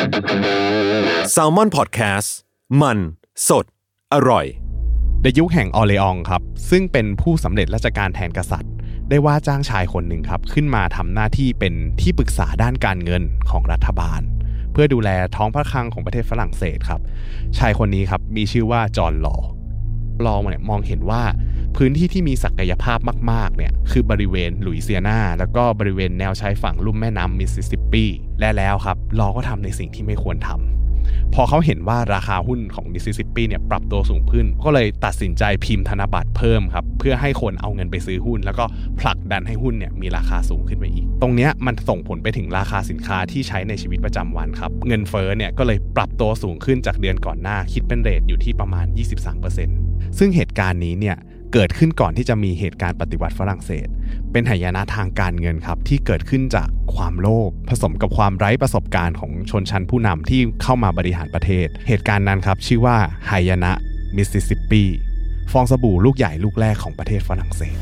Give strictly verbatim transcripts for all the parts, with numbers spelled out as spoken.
Salmon Podcast มันสดอร่อยในยุคแห่งออเลองครับซึ่งเป็นผู้สำเร็จราชการแทนกษัตริย์ได้ว่าจ้างชายคนหนึ่งครับขึ้นมาทำหน้าที่เป็นที่ปรึกษาด้านการเงินของรัฐบาลเพื่อดูแลท้องพระคลังของประเทศฝรั่งเศสครับชายคนนี้ครับมีชื่อว่าจอห์นลอลอเนี่ยมองเห็นว่าพื้นที่ที่มีศักยภาพมากๆเนี่ยคือบริเวณลุยเซียนาแล้วก็บริเวณแนวชายฝั่งลุ่มแม่น้ำมิสซิสซิปปีและแล้วครับลอก็ทำในสิ่งที่ไม่ควรทำพอเขาเห็นว่าราคาหุ้นของมิสซิสซิปปีเนี่ยปรับตัวสูงขึ้นก็เลยตัดสินใจพิมพ์ธนบัตรเพิ่มครับเพื่อให้คนเอาเงินไปซื้อหุ้นแล้วก็ผลักดันให้หุ้นเนี่ยมีราคาสูงขึ้นไปอีกตรงเนี้ยมันส่งผลไปถึงราคาสินค้าที่ใช้ในชีวิตประจำวันครับเงินเฟ้อเนี่ยก็เลยปรับตัวสูงขึ้นจากเดือนก่อนหน้าคิดเป็นเรทอยู่ที่ประมาณ ยี่สิบสามเปอร์เซ็นต์ ซึ่งเหตุการณ์นี้เนี่ยเกิดขึ้นก่อนที่จะมีเหตุการณ์ปฏิวัติฝรั่งเศสเป็นหายนะทางการเงินครับที่เกิดขึ้นจากความโลภผสมกับความไร้ประสบการณ์ของชนชั้นผู้นำที่เข้ามาบริหารประเทศเหตุการณ์นั้นครับชื่อว่าหายนะมิสซิสซิปปีฟองสบู่ลูกใหญ่ลูกแรกของประเทศฝรั่งเศส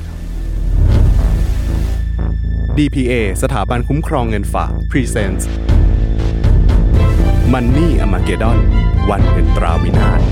ดี พี เอ สถาบันคุ้มครองเงินฝาก Presents Money Armageddon วันเงินตราวินาศ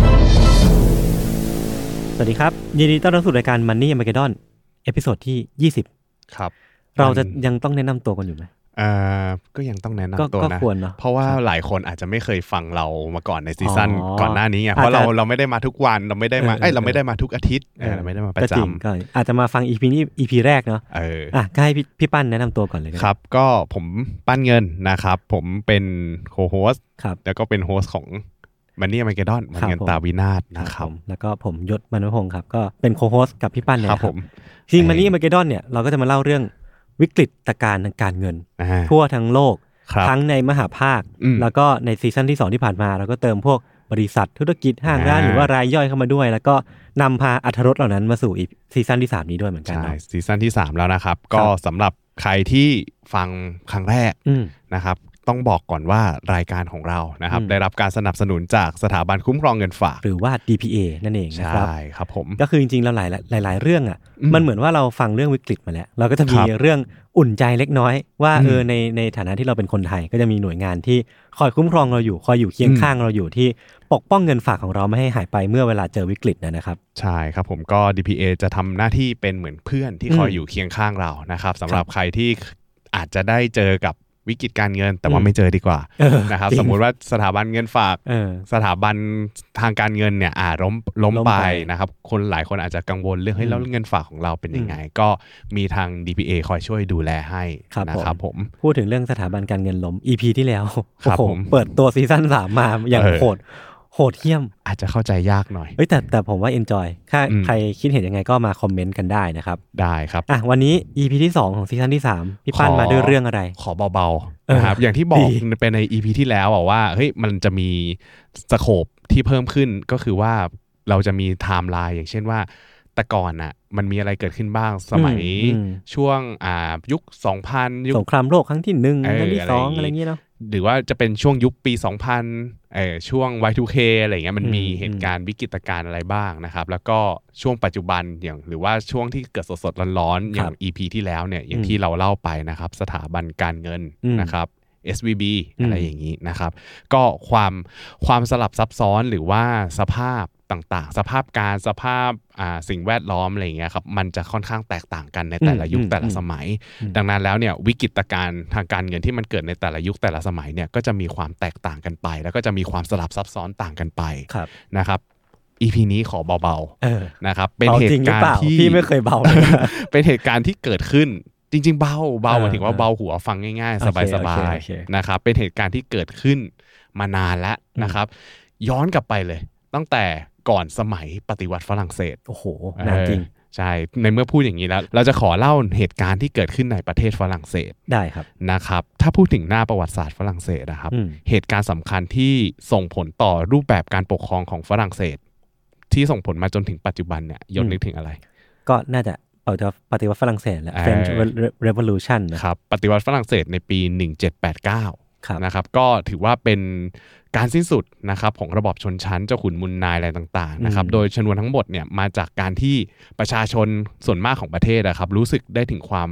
สวัสดีครับยินดีต้อนรับสู่รายการ Money Armageddon เอพิโซดที่ยี่สิบครับเราจะยังต้องแนะนำตัวกันอยู่ไหมอ่าก็ยังต้องแนะนำตัวนะเพราะว่าหลายคนอาจจะไม่เคยฟังเรามาก่อนในซีซั่นก่อนหน้านี้ไงเพราะเราเราไม่ได้มาทุกวันเราไม่ได้มาเอ้ยเราไม่ได้มาทุกอาทิตย์เราไม่ได้มาประจำก็อาจจะมาฟัง อี พี นี้ อี พี แรกเนาะเอออ่ะก็ให้พี่ปั้นแนะนำตัวก่อนเลยครับก็ผมปั้นเงินนะครับผมเป็นโคโฮสต์แล้วก็เป็นโฮสต์ของMoney Armageddon มันเงินตราวินาศนะครับแล้วก็ผมยศมณพงศ์ครับก็เป็นโคโฮสต์กับพี่ปั้นเนี่ยครับจริง Money Armageddon เนี่ยเราก็จะมาเล่าเรื่องวิกฤตการณ์ทางการเงินทั่วทั้งโลกทั้งในมหาภาคแล้วก็ในซีซั่นที่สองที่ผ่านมาเราก็เติมพวกบริษัทธุรกิจห้างร้านหรือว่ารายย่อยเข้ามาด้วยแล้วก็นำพาอรรถรสเหล่านั้นมาสู่ซีซั่นที่สามนี้ด้วยเหมือนกันใช่ซีซั่นที่สามแล้วนะครับก็สำหรับใครที่ฟังครั้งแรกนะครับต้องบอกก่อนว่ารายการของเรานะครับได้รับการสนับสนุนจากสถาบันคุ้มครองเงินฝากหรือว่า ดี พี เอ นั่นเองนะครับใช่ครับผมก็คือจริงๆแล้วหลายหลายๆเรื่องอ่ะมันเหมือนว่าเราฟังเรื่องวิกฤตมาแล้วเราก็จะมีเรื่องอุ่นใจเล็กน้อยว่าเออในในฐานะที่เราเป็นคนไทยก็จะมีหน่วยงานที่คอยคุ้มครองเราอยู่คอยอยู่เคียงข้างเราอยู่ที่ปกป้องเงินฝากของเราไม่ให้หายไปเมื่อเวลาเจอวิกฤตนะครับใช่ครับผมก็ ดี พี เอ จะทำหน้าที่เป็นเหมือนเพื่อนที่คอยอยู่เคียงข้างเรานะครับสำหรับใครที่อาจจะได้เจอกับวิกฤตการเงินแต่ว่าไม่เจอดีกว่านะครับสมมุติว่าสถาบันเงินฝากสถาบันทางการเงินเนี่ยอ่าล้มล้มไปนะครับคนหลายคนอาจจะกังวลเรื่องเฮ้ยแล้วเงินฝากของเราเป็นยังไงก็มีทาง ดี พี เอ คอยช่วยดูแลให้นะครับผมพูดถึงเรื่องสถาบันการเงินล้ม อี พี ที่แล้วครับผมเปิดตัวซีซั่นสามมาอย่างโหดโหดเหี้ยมอาจจะเข้าใจยากหน่อยเอ้ยแต่แต่ผมว่า enjoy ถ้าใครคิดเห็นยังไงก็มาคอมเมนต์กันได้นะครับได้ครับอ่ะวันนี้ อี พี ที่สองของซีซั่นที่สามพี่ปั้นมาด้วยเรื่องอะไรขอเบาๆนะครับอย่างที่บอกไปใน อี พี ที่แล้วอ่ะว่าเฮ้ยมันจะมีสโคปที่เพิ่มขึ้นก็คือว่าเราจะมีไทม์ไลน์อย่างเช่นว่าแต่ก่อนน่ะมันมีอะไรเกิดขึ้นบ้างสมัยช่วงอ่ายุคสองพันยุคสงครามโลกครั้งที่หนึ่งครั้งที่สองอะไรอย่างงี้เนาะหรือว่าจะเป็นช่วงยุคปีสองพันเอ่อช่วง วาย ทู เค อะไรอย่างเงี้ยมันมีเหตุการณ์วิกฤตการณ์อะไรบ้างนะครับแล้วก็ช่วงปัจจุบันอย่างหรือว่าช่วงที่เกิดสดๆร้อนๆอย่าง อี พี ที่แล้วเนี่ยอย่างที่เราเล่าไปนะครับสถาบันการเงินนะครับ เอส วี บี อะไรอย่างนี้นะครับก็ความความสลับซับซ้อนหรือว่าสภาพต่างๆสภาพการสภาพอ่าสิ่งแวดล้อมอะไรอย่างเงี้ยครับมันจะค่อนข้างแตกต่างกันในแต่ละยุคแต่ละสมัยดังนั้นแล้วเนี่ยวิกฤตการณ์ทางการเงินที่มันเกิดในแต่ละยุคแต่ละสมัยเนี่ยก็จะมีความแตกต่างกันไปแล้วก็จะมีความสลับซับซ้อนต่างกันไปนะครับ อี พี นี้ขอเบาๆนะครับเป็นเหตุการณ์ที่พี่ไม่เคยเบาเป็นเหตุการณ์ที่เกิดขึ้นจริงๆเบาเบาหมายถึงว่าเบาหัวฟังง่ายๆสบายๆนะครับเป็นเหตุการณ์ที่เกิดขึ้นมานานแล้วนะครับย้อนกลับไปเลยตั้งแต่ก่อนสมัยปฏิวัติฝรั่งเศสโอ้โหนานจริงใช่ในเมื่อพูดอย่างนี้แล้วเราจะขอเล่าเหตุการณ์ที่เกิดขึ้นในประเทศฝรั่งเศสได้ครับนะครับถ้าพูดถึงหน้าประวัติศาสตร์ฝรั่งเศสนะครับเหตุการณ์สำคัญที่ส่งผลต่อรูปแบบการปกครองของฝรั่งเศสที่ส่งผลมาจนถึงปัจจุบันเนี่ยยศนึกถึงอะไรก็น่าจะปฏิวัติฝรั่งเศสแหละ French Revolution นะครับปฏิวัติฝรั่งเศสในปีหนึ่งเจ็ดแปดเก้านะครับก็ถือว่าเป็นการสิ้นสุดนะครับของระบอบชนชั้นเจ้าขุนมูลนายอะไรต่างๆนะครับโดยชนวนทั้งหมดเนี่ยมาจากการที่ประชาชนส่วนมากของประเทศนะครับรู้สึกได้ถึงความ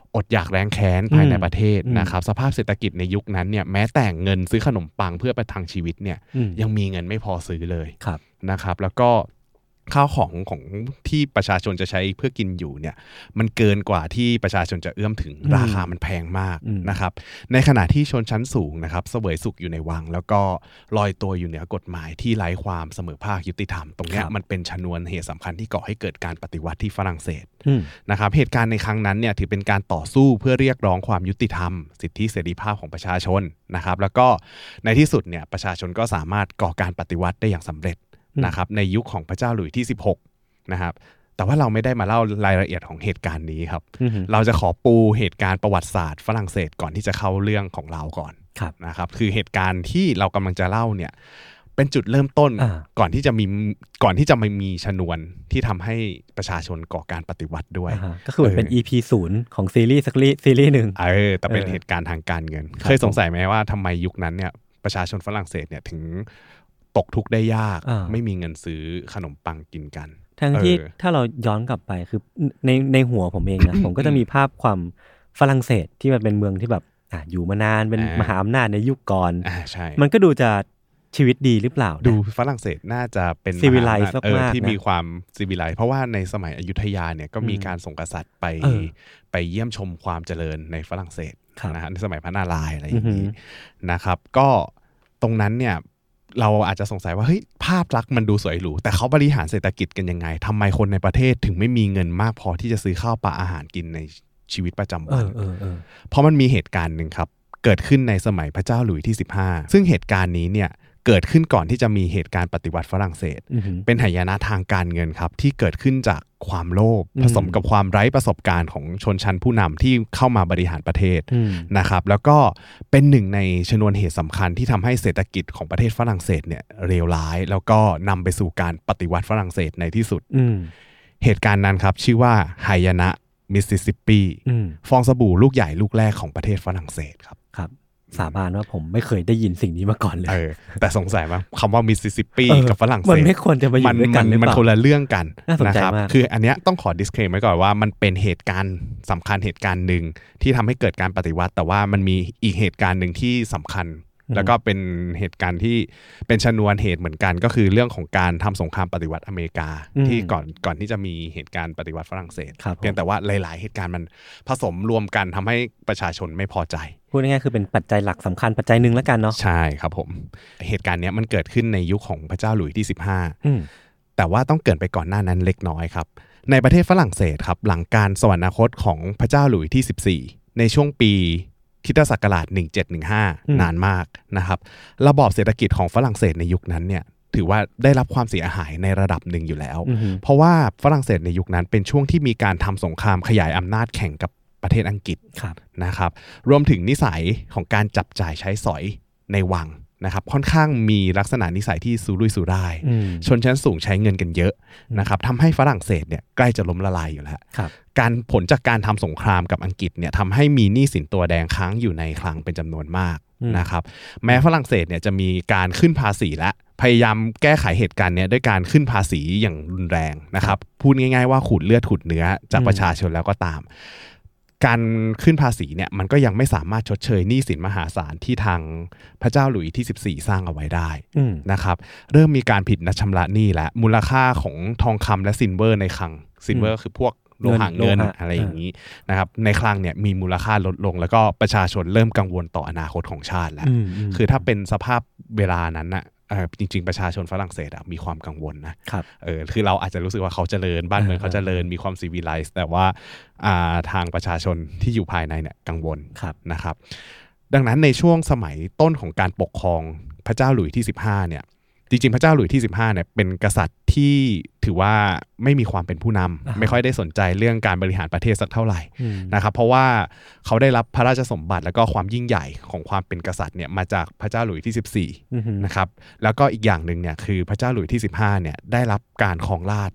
อดอยากแรงแค้นภายในประเทศนะครับสภาพเศรษฐกิจในยุคนั้นเนี่ยแม้แต่เงินซื้อขนมปังเพื่อประทังชีวิตเนี่ยยังมีเงินไม่พอซื้อเลยนะครับแล้วก็ข้าวของของที่ประชาชนจะใช้เพื่อกินอยู่เนี่ยมันเกินกว่าที่ประชาชนจะเอื้อมถึงราคามันแพงมากนะครับในขณะที่ชนชั้นสูงนะครับเสวยสุขอยู่ในวังแล้วก็ลอยตัวอยู่เหนือกฎหมายที่ไร้ความเสมอภาคยุติธรรมตรงนี้มันเป็นชนวนเหตุสำคัญที่ก่อให้เกิดการปฏิวัติที่ฝรั่งเศสนะครับเหตุการณ์ในครั้งนั้นเนี่ยถือเป็นการต่อสู้เพื่อเรียกร้องความยุติธรรมสิทธิเสรีภาพของประชาชนนะครับแล้วก็ในที่สุดเนี่ยประชาชนก็สามารถก่อการปฏิวัติได้อย่างสำเร็จนะครับในยุคของพระเจ้าหลุยส์ที่สิบหกนะครับแต่ว่าเราไม่ได้มาเล่ารายละเอียดของเหตุการณ์นี้ครับเราจะขอปูเหตุการณ์ประวัติศาสตร์ฝรั่งเศสก่อนที่จะเข้าเรื่องของเราก่อนนะครับคือเหตุการณ์ที่เรากำลังจะเล่าเนี่ยเป็นจุดเริ่มต้นก่อนที่จะมีก่อนที่จะไม่มีชนวนที่ทำให้ประชาชนก่อการปฏิวัติด้วยก็คือเป็น อี พี ศูนย์ของซีรีส์สักซีรีส์หนึ่งเออแต่เป็นเหตุการณ์ทางการเงินเคยสงสัยไหมว่าทำไมยุคนั้นเนี่ยประชาชนฝรั่งเศสเนี่ยถึงตกทุกข์ได้ยากไม่มีเงินซื้อขนมปังกินกันทั้งที่ถ้าเราย้อนกลับไปคือในในหัวผมเองนะ ผมก็จะมีภาพความฝรั่งเศสที่มันเป็นเมืองที่แบบอ่ะอยู่มานานเป็นมหาอำนาจในยุคก่อนอ่าใช่มันก็ดูจะชีวิตดีหรือเปล่าดูฝรั่งเศสน่าจะเป็นซีวิไลซ์มากๆที่มีความซีวิไลซ์เพราะว่าในสมัยอยุธยาเนี่ยก็มีการส่งกษัตริย์ไปไปเยี่ยมชมความเจริญในฝรั่งเศสนะฮะในสมัยพระนารายณ์อะไรอย่างนี้นะครับก็ตรงนั้นเนี่ยเราอาจจะสงสัยว่าเฮ้ยภาพลักษณ์มันดูสวยหรูแต่เขาบริหารเศรษฐกิจกันยังไงทำไมคนในประเทศถึงไม่มีเงินมากพอที่จะซื้อข้าวปลาอาหารกินในชีวิตประจำวันเพราะมันมีเหตุการณ์หนึ่งครับเกิดขึ้นในสมัยพระเจ้าหลุยส์ที่สิบห้าซึ่งเหตุการณ์นี้เนี่ยเกิดขึ้นก่อนที่จะมีเหตุการณ์ปฏิวัติฝรั่งเศสเป็นหายนะทางการเงินครับที่เกิดขึ้นจากความโลภผสมกับความไร้ประสบการณ์ของชนชั้นผู้นำที่เข้ามาบริหารประเทศนะครับแล้วก็เป็นหนึ่งในชนวนเหตุสำคัญที่ทำให้เศรษฐกิจของประเทศฝรั่งเศสเนี่ยเลวร้ายแล้วก็นำไปสู่การปฏิวัติฝรั่งเศสในที่สุดเหตุการณ์นั้นครับชื่อว่าหายนะมิสซิสซิปปีฟองสบู่ลูกใหญ่ลูกแรกของประเทศฝรั่งเศสครับครับสาบานว่าผมไม่เคยได้ยินสิ่งนี้มาก่อนเลยเออแต่สงสัยว่าคำว่ามิสซิสซิปปีกับฝรั่งเศสมันไม่ควรจะมาอยู่ด้วยกันหรือเปล่ามันคนละเรื่องกันนะครับคืออันเนี้ยต้องขอ disclaimer ไว้ก่อนว่ามันเป็นเหตุการณ์สำคัญเหตุการณ์หนึ่งที่ทำให้เกิดการปฏิวัติแต่ว่ามันมีอีกเหตุการณ์หนึ่งที่สำคัญแล้วก็เป็นเหตุการณ์ที่เป็นชนวนเหตุเหมือนกันก็คือเรื่องของการทำสงครามปฏิวัติอเมริกาที่ก่อนก่อนที่จะมีเหตุการณ์ปฏิวัติฝรั่งเศสเพียงแต่ว่าหลายๆเหตุการณ์มันผสมรวมกันทำให้ประชาชนไม่พอใจพูดง่ายๆคือเป็นปัจจัยหลักสำคัญปัจจัยหนึ่งแล้วกันเนาะใช่ครับผมเหตุการณ์นี้มันเกิดขึ้นในยุคของพระเจ้าหลุยส์ที่สิบห้าแต่ว่าต้องเกิดไปก่อนหน้านั้นเล็กน้อยครับในประเทศฝรั่งเศสครับหลังการสวรรคตของพระเจ้าหลุยส์ที่สิบสี่ในช่วงปีคริสตศักราชหนึ่งพันเจ็ดร้อยสิบห้านานมากนะครับระบอบเศรษฐกิจของฝรั่งเศสในยุคนั้นเนี่ยถือว่าได้รับความเสียหายในระดับหนึ่งอยู่แล้วเพราะว่าฝรั่งเศสในยุคนั้นเป็นช่วงที่มีการทำสงครามขยายอำนาจแข่งกับประเทศอังกฤษนะครับรวมถึงนิสัยของการจับจ่ายใช้สอยในวังนะครับค่อนข้างมีลักษณะนิสัยที่สุรุ่ยสุร่ายชนชั้นสูงใช้เงินกันเยอะนะครับทำให้ฝรั่งเศสเนี่ยใกล้จะล้มละลายอยู่แล้วการผลจากการทำสงครามกับอังกฤษเนี่ยทำให้มีหนี้สินตัวแดงค้างอยู่ในคลังเป็นจำนวนมากนะครับแม้ฝรั่งเศสเนี่ยจะมีการขึ้นภาษีและพยายามแก้ไขเหตุการณ์นี้ด้วยการขึ้นภาษีอย่างรุนแรงนะครับพูดง่ายๆว่าขูดเลือดขูดเนื้อจากประชาชนแล้วก็ตามการขึ้นภาษีเนี่ยมันก็ยังไม่สามารถชดเชยหนี้สินมหาศาลที่ทางพระเจ้าหลุยส์ที่สิบสี่สร้างเอาไว้ได้นะครับเริ่มมีการผิดนัดชำระหนี้และมูลค่าของทองคำและซิลเวอร์ในคลังซิลเวอร์คือพวกโลหะเงินอะไรอย่างนี้นะครับในคลังเนี่ยมีมูลค่าลดลงแล้วก็ประชาชนเริ่มกังวลต่ออนาคตของชาติแล้วคือถ้าเป็นสภาพเวลานั้นน่ะจริงๆประชาชนฝรั่งเศสมีความกังวลนะเออคือเราอาจจะรู้สึกว่าเขาเจริญบ้านเมืองเขาเจริญมีความซีวิไลซ์แต่ว่าทางประชาชนที่อยู่ภายในเนี่ยกังวลนะครับดังนั้นในช่วงสมัยต้นของการปกครองพระเจ้าหลุยส์ที่สิบห้าเนี่ยจริงๆพระเจ้าหลุยส์ที่สิบห้าเนี่ยเป็นกษัตริย์ที่ถือว่าไม่มีความเป็นผู้นำไม่ค่อยได้สนใจเรื่องการบริหารประเทศสักเท่าไหร่นะครับเพราะว่าเขาได้รับพระราชสมบัติแล้วก็ความยิ่งใหญ่ของความเป็นกษัตริย์เนี่ยมาจากพระเจ้าหลุยส์ที่สิบสี่นะครับแล้วก็อีกอย่างนึงเนี่ยคือพระเจ้าหลุยส์ที่สิบห้าเนี่ยได้รับการครองราชย์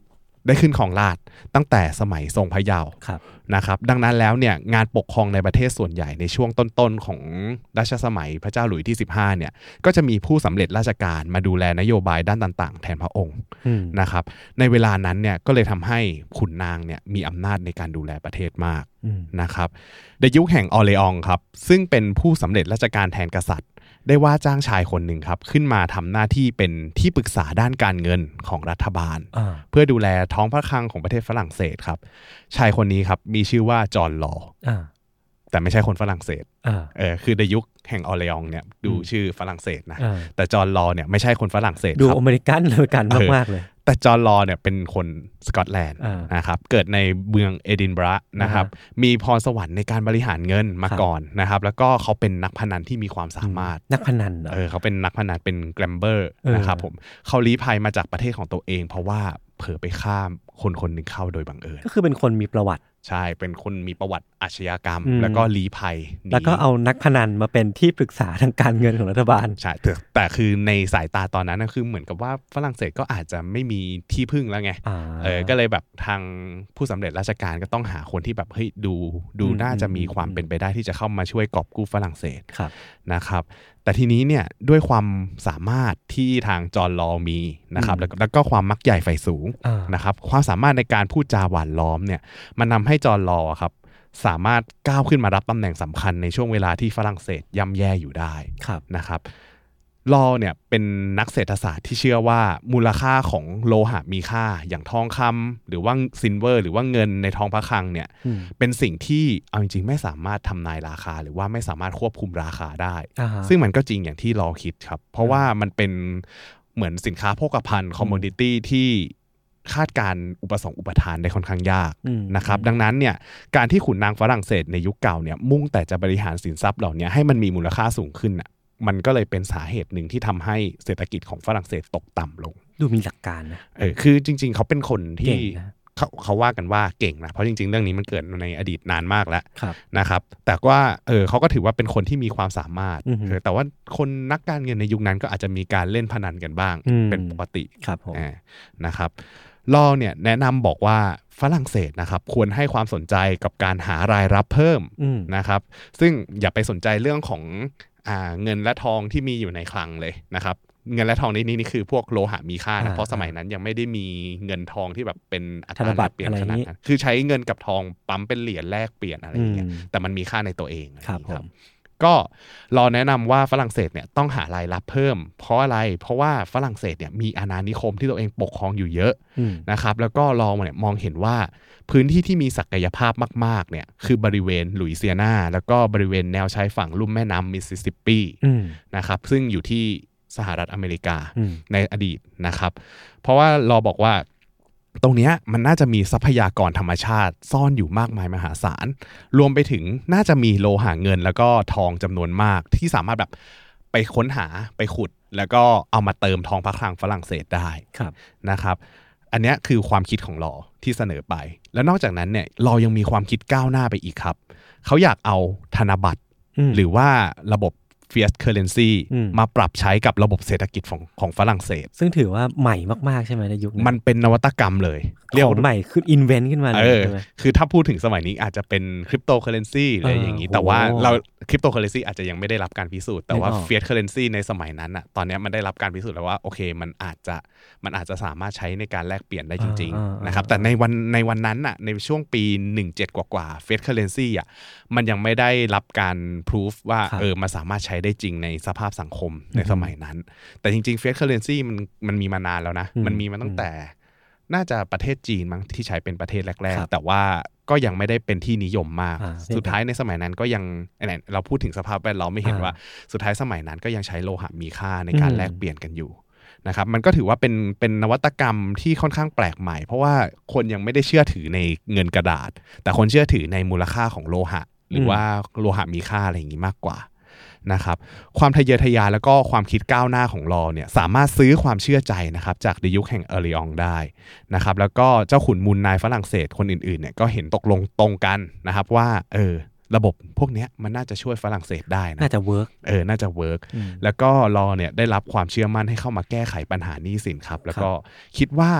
ได้ขึ้นครองราชย์ตั้งแต่สมัยทรงพระเยาว์นะครับดังนั้นแล้วเนี่ยงานปกครองในประเทศส่วนใหญ่ในช่วงต้นๆของรัชสมัยพระเจ้าหลุยส์ที่สิบห้าเนี่ยก็จะมีผู้สำเร็จราชการมาดูแลนโยบายด้านต่างๆแทนพระองค์นะครับในเวลานั้นเนี่ยก็เลยทำให้ขุนนางเนี่ยมีอำนาจในการดูแลประเทศมากนะครับในยุคแห่งออร์เลองครับซึ่งเป็นผู้สำเร็จราชการแทนกษัตริย์ได้ว่าจ้างชายคนหนึ่งครับขึ้นมาทำหน้าที่เป็นที่ปรึกษาด้านการเงินของรัฐบาลเพื่อดูแลท้องพระคลังของประเทศฝรั่งเศสครับชายคนนี้ครับมีชื่อว่าจอห์นลอว์แต่ไม่ใช่คนฝรั่งเศสเออคือในยุคแห่งออร์เลองเนี่ยดูชื่อฝรั่งเศสนะแต่จอห์นลอว์เนี่ยไม่ใช่คนฝรั่งเศสดูอเมริกันเลยกันมากๆเลยแต่จอห์นลอว์เนี่ยเป็นคนสกอตแลนด์นะครับเกิดในเมืองเอดินบะระนะครับมีพรสวรรค์ในการบริหารเงินมาก่อนนะครับแล้วก็เขาเป็นนักพนันที่มีความสามารถนักพนันเหรอเออเขาเป็นนักพนันเป็นแกรมเบอร์นะครับผมเขาลี้ภัยมาจากประเทศของตัวเองเพราะว่าเผลอไปฆ่าคนคนหนึ่งเข้าโดยบังเอิญก็คือเป็นคนมีประวัติใช่เป็นคนมีประวัติอาชญากรรมแล้วก็ลี้ภัยแล้วก็เอานักพนันมาเป็นที่ปรึกษาทางการเงินของรัฐบาลใช่แต่คือในสายตาตอนนั้นนะคือเหมือนกับว่าฝรั่งเศสก็อาจจะไม่มีที่พึ่งแล้วไงเออก็เลยแบบทางผู้สำเร็จราชการก็ต้องหาคนที่แบบเฮ้ยดูดูน่าจะมีความเป็นไปได้ที่จะเข้ามาช่วยกอบกู้ฝรั่งเศสนะครับแต่ทีนี้เนี่ยด้วยความสามารถที่ทางจอห์นลอว์มีนะครับแล้วแล้วก็ความมักใหญ่ไฟสูงนะครับความสามารถในการพูดจาหวานล้อมเนี่ยมันนำให้จอห์นลอว์ครับสามารถก้าวขึ้นมารับตำแหน่งสำคัญในช่วงเวลาที่ฝรั่งเศสย่ำแย่อยู่ได้นะครับลอว์เนี่ยเป็นนักเศรษฐศาสตร์ที่เชื่อว่ามูลค่าของโลหะมีค่าอย่างทองคำหรือว่าซิลเวอร์หรือว่าเงินในท้องพระคลังเนี่ยเป็นสิ่งที่เอาจริงๆไม่สามารถทำนายราคาหรือว่าไม่สามารถควบคุมราคาได้ uh-huh. ซึ่งมันก็จริงอย่างที่ลอว์คิดครับเพราะว่ามันเป็นเหมือนสินค้าโภคภัณฑ์คอมโมดิตี้ที่คาดการอุปสงค์อุปทานได้ค่อนข้างยากนะครับดังนั้นเนี่ยการที่ขุนนางฝรั่งเศสในยุคเก่าเนี่ยมุ่งแต่จะบริหารสินทรัพย์เหล่านี้ให้มันมีมูลค่าสูงขึ้นน่ะมันก็เลยเป็นสาเหตุหนึ่งที่ทำให้เศรษฐกิจของฝรั่งเศสตกต่ำลงดูมีหลักการนะเออคือจริงๆเขาเป็นคนที่เขาเขาว่ากันว่าเก่งนะเพราะจริงๆเรื่องนี้มันเกิดในอดีตนานมากแล้วนะครับแต่ว่าเออเขาก็ถือว่าเป็นคนที่มีความสามารถแต่ว่าคนนักการเงินในยุคนั้นก็อาจจะมีการเล่นพนันกันบ้างเป็นปกตินะครับลอว์เนี่ยแนะนำบอกว่าฝรั่งเศสนะครับควรให้ความสนใจกับการหารายรับเพิ่มนะครับซึ่งอย่าไปสนใจเรื่องของอ่าเงินและทองที่มีอยู่ในคลังเลยนะครับเงินและทองนี่นี่คือพวกโลหะมีค่านะเพราะสมัยนั้นยังไม่ได้มีเงินทองที่แบบเป็นอัตราแลกเปลี่ยนขนาดนั้นคือใช้เงินกับทองปั๊มเป็นเหรียญแลกเปลี่ยนอะไรอย่างเงี้ยแต่มันมีค่าในตัวเองครับก็รอแนะนำว่าฝรั่งเศสเนี่ยต้องหารายรับเพิ่มเพราะอะไรเพราะว่าฝรั่งเศสเนี่ยมีอาณานิคมที่ตัวเองปกครองอยู่เยอะนะครับแล้วก็รอเนี่ยมองเห็นว่าพื้นที่ที่มีศักยภาพมากๆเนี่ยคือบริเวณลุยเซียนาแล้วก็บริเวณแนวชายฝั่งลุ่มแม่น้ำมิสซิสซิปปีนะครับซึ่งอยู่ที่สหรัฐอเมริกาในอดีตนะครับเพราะว่ารอบอกว่าตรงนี้มันน่าจะมีทรัพยากรธรรมชาติซ่อนอยู่มากมายมหาศาลรวมไปถึงน่าจะมีโลหะเงินแล้วก็ทองจำนวนมากที่สามารถแบบไปค้นหาไปขุดแล้วก็เอามาเติมทองพระคลังฝรั่งเศสได้นะครับอันนี้คือความคิดของลอที่เสนอไปแล้วนอกจากนั้นเนี่ยลอยังมีความคิดก้าวหน้าไปอีกครับเขาอยากเอาธนบัตรหรือว่าระบบfiat currency มาปรับใช้กับระบบเศรษฐกิจของของฝรั่งเศสซึ่งถือว่าใหม่มากๆใช่ไหมในยุคนี้มันเป็นนวัตกรรมเลยเรียกว่าใหม่คืออินเวนต์ขึ้นมาเลยใช่ไหมคือถ้าพูดถึงสมัยนี้อาจจะเป็นคริปโตเคอเรนซีอะไรอย่างนี้แต่ว่าเราคริปโตเคอเรนซีอาจจะยังไม่ได้รับการพิสูจน์แต่ว่าfiat currencyในสมัยนั้นอ่ะตอนนี้มันได้รับการพิสูจน์แล้วว่าโอเคมันอาจจะมันอาจจะสามารถใช้ในการแลกเปลี่ยนได้จริงๆนะครับแต่ในวันในวันนั้นอ่ะในช่วงปีสิบเจ็ดกว่าๆfiat currencyอ่ะมันยังไม่ได้รับการพิสูจน์ว่าเออมันสามารถใช้ได้จริงในสภาพสังคมในสมัยนั้นแต่จริงๆ fiat currency มันมันมีมานานแล้วนะมันมีมาตั้งแต่น่าจะประเทศจีนมั้งที่ใช้เป็นประเทศแรกๆแต่ว่าก็ยังไม่ได้เป็นที่นิยมมากสุดท้ายในสมัยนั้นก็ยังเราพูดถึงสภาพแวดล้อมไม่เห็นว่าสุดท้ายสมัยนั้นก็ยังใช้โลหะมีค่าในการแลกเปลี่ยนกันอยู่นะครับมันก็ถือว่าเป็นเป็นนวัตกรรมที่ค่อนข้างแปลกใหม่เพราะว่าคนยังไม่ได้เชื่อถือในเงินกระดาษแต่คนเชื่อถือในมูลค่าของโลหะหรือว่าโลหะมีค่าอะไรอย่างนี้มากกว่านะครับความทะเยอทะยานแล้วก็ความคิดก้าวหน้าของลอเนี่ยสามารถซื้อความเชื่อใจนะครับจากในยุคแห่งเออร์ลีองได้นะครับแล้วก็เจ้าขุนมูลนายฝรั่งเศสคนอื่นๆเนี่ยก็เห็นตกลงตรงกันนะครับว่าเออระบบพวกนี้มันน่าจะช่วยฝรั่งเศสได้นะน่าจะเวิร์กเออน่าจะเวิร์กแล้วก็ลอเนี่ยได้รับความเชื่อมั่นให้เข้ามาแก้ไขปัญหาหนี้สินครับแล้วก็คิดว่า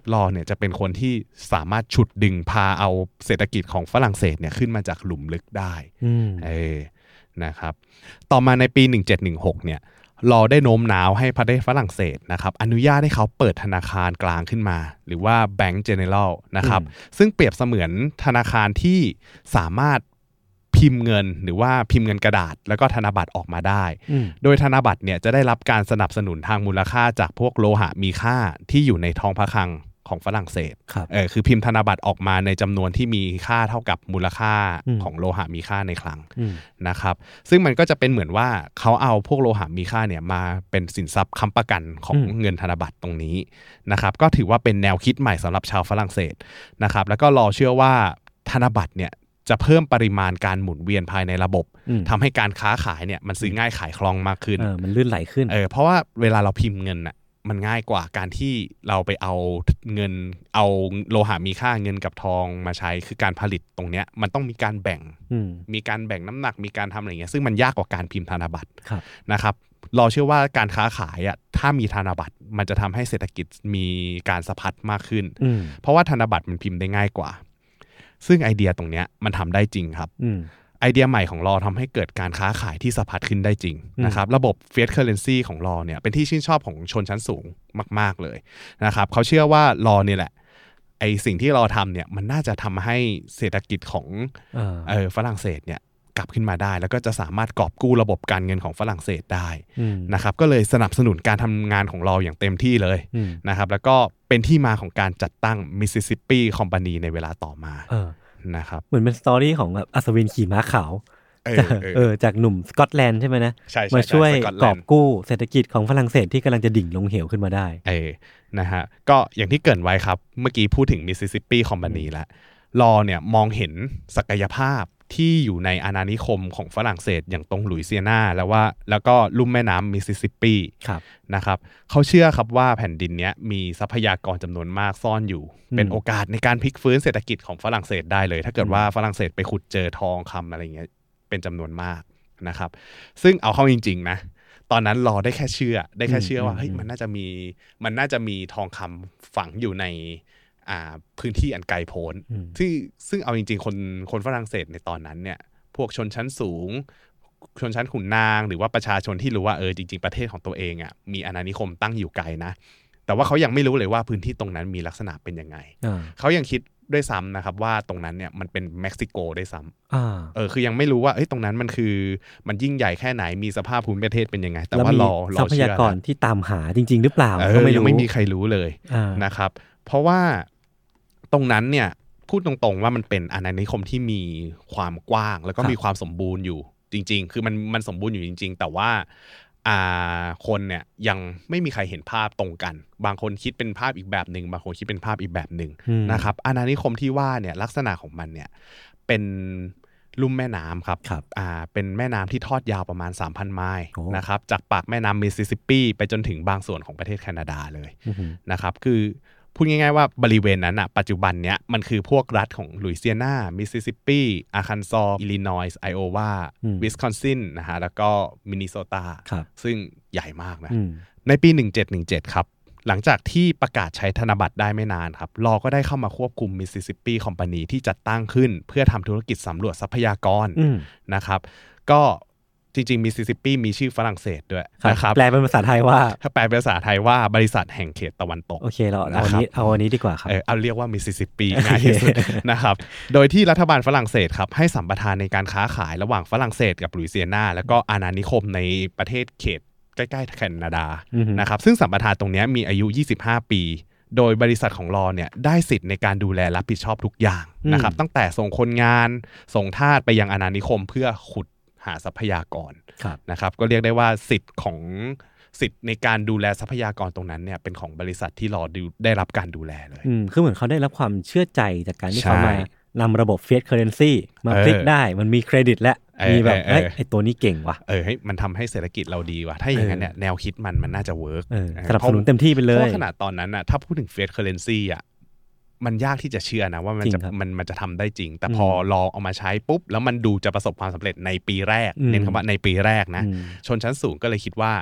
ลอเนี่ยจะเป็นคนที่สามารถฉุดดึงพาเอาเศรษฐกิจของฝรั่งเศสเนี่ยขึ้นมาจากหลุมลึกได้เออนะครับต่อมาในปีหนึ่งเจ็ดหนึ่งหกเนี่ยลอได้โน้มน้าวให้ประเทศฝรั่งเศสนะครับอนุญาตให้เขาเปิดธนาคารกลางขึ้นมาหรือว่า Bank General นะครับซึ่งเปรียบเสมือนธนาคารที่สามารถพิมพ์เงินหรือว่าพิมพ์เงินกระดาษแล้วก็ธนบัตรออกมาได้โดยธนบัตรเนี่ยจะได้รับการสนับสนุนทางมูลค่าจากพวกโลหะมีค่าที่อยู่ในทองพระคลังของฝรั่งเศสเออคือพิมพ์ธนบัตรออกมาในจำนวนที่มีค่าเท่ากับมูลค่าของโลหะมีค่าในคลังนะครับซึ่งมันก็จะเป็นเหมือนว่าเขาเอาพวกโลหะมีค่าเนี่ยมาเป็นสินทรัพย์ค้ำประกันของเงินธนบัตรตรงนี้นะครับก็ถือว่าเป็นแนวคิดใหม่สำหรับชาวฝรั่งเศสนะครับแล้วก็รอเชื่อว่าธนบัตรเนี่ยจะเพิ่มปริมาณการหมุนเวียนภายในระบบทำให้การค้าขายเนี่ยมันซื้อง่ายขายคล่องมากขึ้นเออมันลื่นไหลขึ้นเออเพราะว่าเวลาเราพิมพ์เงินน่ะมันง่ายกว่าการที่เราไปเอาเงินเอาโลหะมีค่าเงินกับทองมาใช้คือการผลิตตรงเนี้ยมันต้องมีการแบ่งมีการแบ่งน้ำหนักมีการทำอะไรเงี้ยซึ่งมันยากกว่าการพิมพ์ธนบัตรนะครับเราเชื่อว่าการค้าขายอ่ะถ้ามีธนบัตรมันจะทำให้เศรษฐกิจมีการสะพัดมากขึ้นเพราะว่าธนบัตรมันพิมพ์ได้ง่ายกว่าซึ่งไอเดียตรงเนี้ยมันทำได้จริงครับไอเดียใหม่ของลอทำให้เกิดการค้าขายที่สะพัดขึ้นได้จริงนะครับระบบ Fiat Currency ของลอเนี่ยเป็นที่ชื่นชอบของชนชั้นสูงมากๆเลยนะครับเขาเชื่อว่าลอเนี่ยแหละไอสิ่งที่ลอทำเนี่ยมันน่าจะทำให้เศรษฐกิจของเออฝรั่งเศสเนี่ยกลับขึ้นมาได้แล้วก็จะสามารถกอบกู้ระบบการเงินของฝรั่งเศสได้นะครับก็เลยสนับสนุนการทำงานของเราอย่างเต็มที่เลยนะครับแล้วก็เป็นที่มาของการจัดตั้ง Mississippi Company ในเวลาต่อมานะครับเหมือนเป็นสตอรี่ของแบบอัศวินขี่ม้าขาวเออจากหนุ่มสกอตแลนด์ใช่ไหมนะมาช่วยกอบกู้เศรษฐกิจของฝรั่งเศสที่กำลังจะดิ่งลงเหวขึ้นมาได้เออนะฮะก็อย่างที่เกริ่นไว้ครับเมื่อกี้พูดถึง Mississippi Company แล้วลอเนี่ยมองเห็นศักยภาพที่อยู่ในอาณานิคมของฝรั่งเศสอย่างตรงหลุยเซียนาแล้วว่าแล้วก็ลุ่มแม่น้ำมิสซิสซิปปีนะครับเขาเชื่อครับว่าแผ่นดินนี้มีทรัพยากรจำนวนมากซ่อนอยู่เป็นโอกาสในการพลิกฟื้นเศรษฐกิจของฝรั่งเศสได้เลยถ้าเกิดว่าฝรั่งเศสไปขุดเจอทองคำอะไรเงี้ยเป็นจำนวนมากนะครับซึ่งเอาเข้าจริงๆนะตอนนั้นรอได้แค่เชื่อได้แค่เชื่อว่าเฮ้ยมันน่าจะมีมันน่าจะมีทองคำฝังอยู่ในพื้นที่อันไกลโพ้นซึ่งซึ่งเอาจริงๆคนคนฝรั่งเศสในตอนนั้นเนี่ยพวกชนชั้นสูงชนชั้นขุนนางหรือว่าประชาชนที่รู้ว่าเออจริงๆประเทศของตัวเองอ่ะมีอาณานิคมตั้งอยู่ไกลนะแต่ว่าเขายังไม่รู้เลยว่าพื้นที่ตรงนั้นมีลักษณะเป็นยังไงเขายังคิดด้วยซ้ำนะครับว่าตรงนั้นเนี่ยมันเป็นเม็กซิโกด้วยซ้ำเออคือยังไม่รู้ว่าเอ้ยตรงนั้นมันคือมันยิ่งใหญ่แค่ไหนมีสภาพภูมิประเทศเป็นยังไงแต่ว่ารอรอทรัพยากรที่ตามหาจริงๆหรือเปล่าก็ไม่รู้ไม่มีใครรู้เลยนะครับเพราะว่าตรงนั้นเนี่ยพูดตรงๆว่ามันเป็นอาณานิคมที่มีความกว้างแล้วก็มีความสมบูรณ์อยู่จริงๆคือมันมันสมบูรณ์อยู่จริงๆแต่ว่าอ่าคนเนี่ยยังไม่มีใครเห็นภาพตรงกันบางคนคิดเป็นภาพอีกแบบนึงบางคนคิดเป็นภาพอีกแบบนึงนะครับอาณานิคมที่ว่าเนี่ยลักษณะของมันเนี่ยเป็นลุ่มแม่น้ำครับอ่าเป็นแม่น้ำที่ทอดยาวประมาณ สามพัน ไมล์นะครับจากปากแม่น้ำมิสซิสซิปปีไปจนถึงบางส่วนของประเทศแคนาดาเลยนะครับคือพูดง่ายๆว่าบริเวณนั้นอ่ะปัจจุบันเนี้ยมันคือพวกรัฐของหลุยเซียนามิสซิสซิปปีอาร์คันซออิลลินอยส์ไอโอวาวิสคอนซินนะฮะแล้วก็มินนิโซตาซึ่งใหญ่มากนะในปีหนึ่งเจ็ดหนึ่งเจ็ดครับหลังจากที่ประกาศใช้ธนบัตรได้ไม่นานครับลอก็ได้เข้ามาควบคุมมิสซิสซิปปีคอมพานีที่จัดตั้งขึ้นเพื่อทำธุรกิจสำรวจทรัพยากรนะครับก็จริงๆมิสซิสซิปปีมีชื่อฝรั่งเศสด้วยนะครับแปลเป็นภาษาไทยว่าถ้าแปลเป็นภาษาไทยว่าบริษัทแห่งเขตตะวันตกโอเคเราเอาอันนี้เอาอันนี้ดีกว่าครับเออเอาเรียกว่ามิสซิสซิปปีง่ายที่สุดนะครับโดยที่รัฐบาลฝรั่งเศสครับให้สัมปทานในการค้าขายระหว่างฝรั่งเศสกับหลุยเซียนาแล้วก็อาณานิคมในประเทศเขตใกล้ๆแคนาดานะครับซึ่งสัมปทานตรงนี้มีอายุยี่สิบห้าปีโดยบริษัทของลอเนี่ยได้สิทธิ์ในการดูแลรับผิดชอบทุกอย่างนะครับตั้งแต่ส่งคนงานส่งทาสไปยังอาณานิคมเพื่อขุดหาทรัพยากรนะครับก็เรียกได้ว่าสิทธิ์ของสิทธิ์ในการดูแลทรัพยากรตรงนั้นเนี่ยเป็นของบริษัทที่รอได้รับการดูแลเลยคือเหมือนเขาได้รับความเชื่อใจจากการที่เขามานำระบบ Fiat Currency มาพลิกได้มันมีเครดิตและมีแบบเอ้ยไอ้ตัวนี้เก่งว่ะเออให้มันทำให้เศรษฐกิจเราดีว่ะถ้าอย่างนั้นเนี่ยแนวคิดมันมันน่าจะเวิร์กสนับสนุนเต็มที่ไปเลยเพราะขนาดตอนนั้นน่ะถ้าพูดถึง Fiat Currency อ่ะมันยากที่จะเชื่อนะว่ามันจะมันมันจะทำได้จริงแต่พอลองเอามาใช้ปุ๊บแล้วมันดูจะประสบความสำเร็จในปีแรกเน้นคำว่าในปีแรกนะชนชั้นสูงก็เลยคิดว่า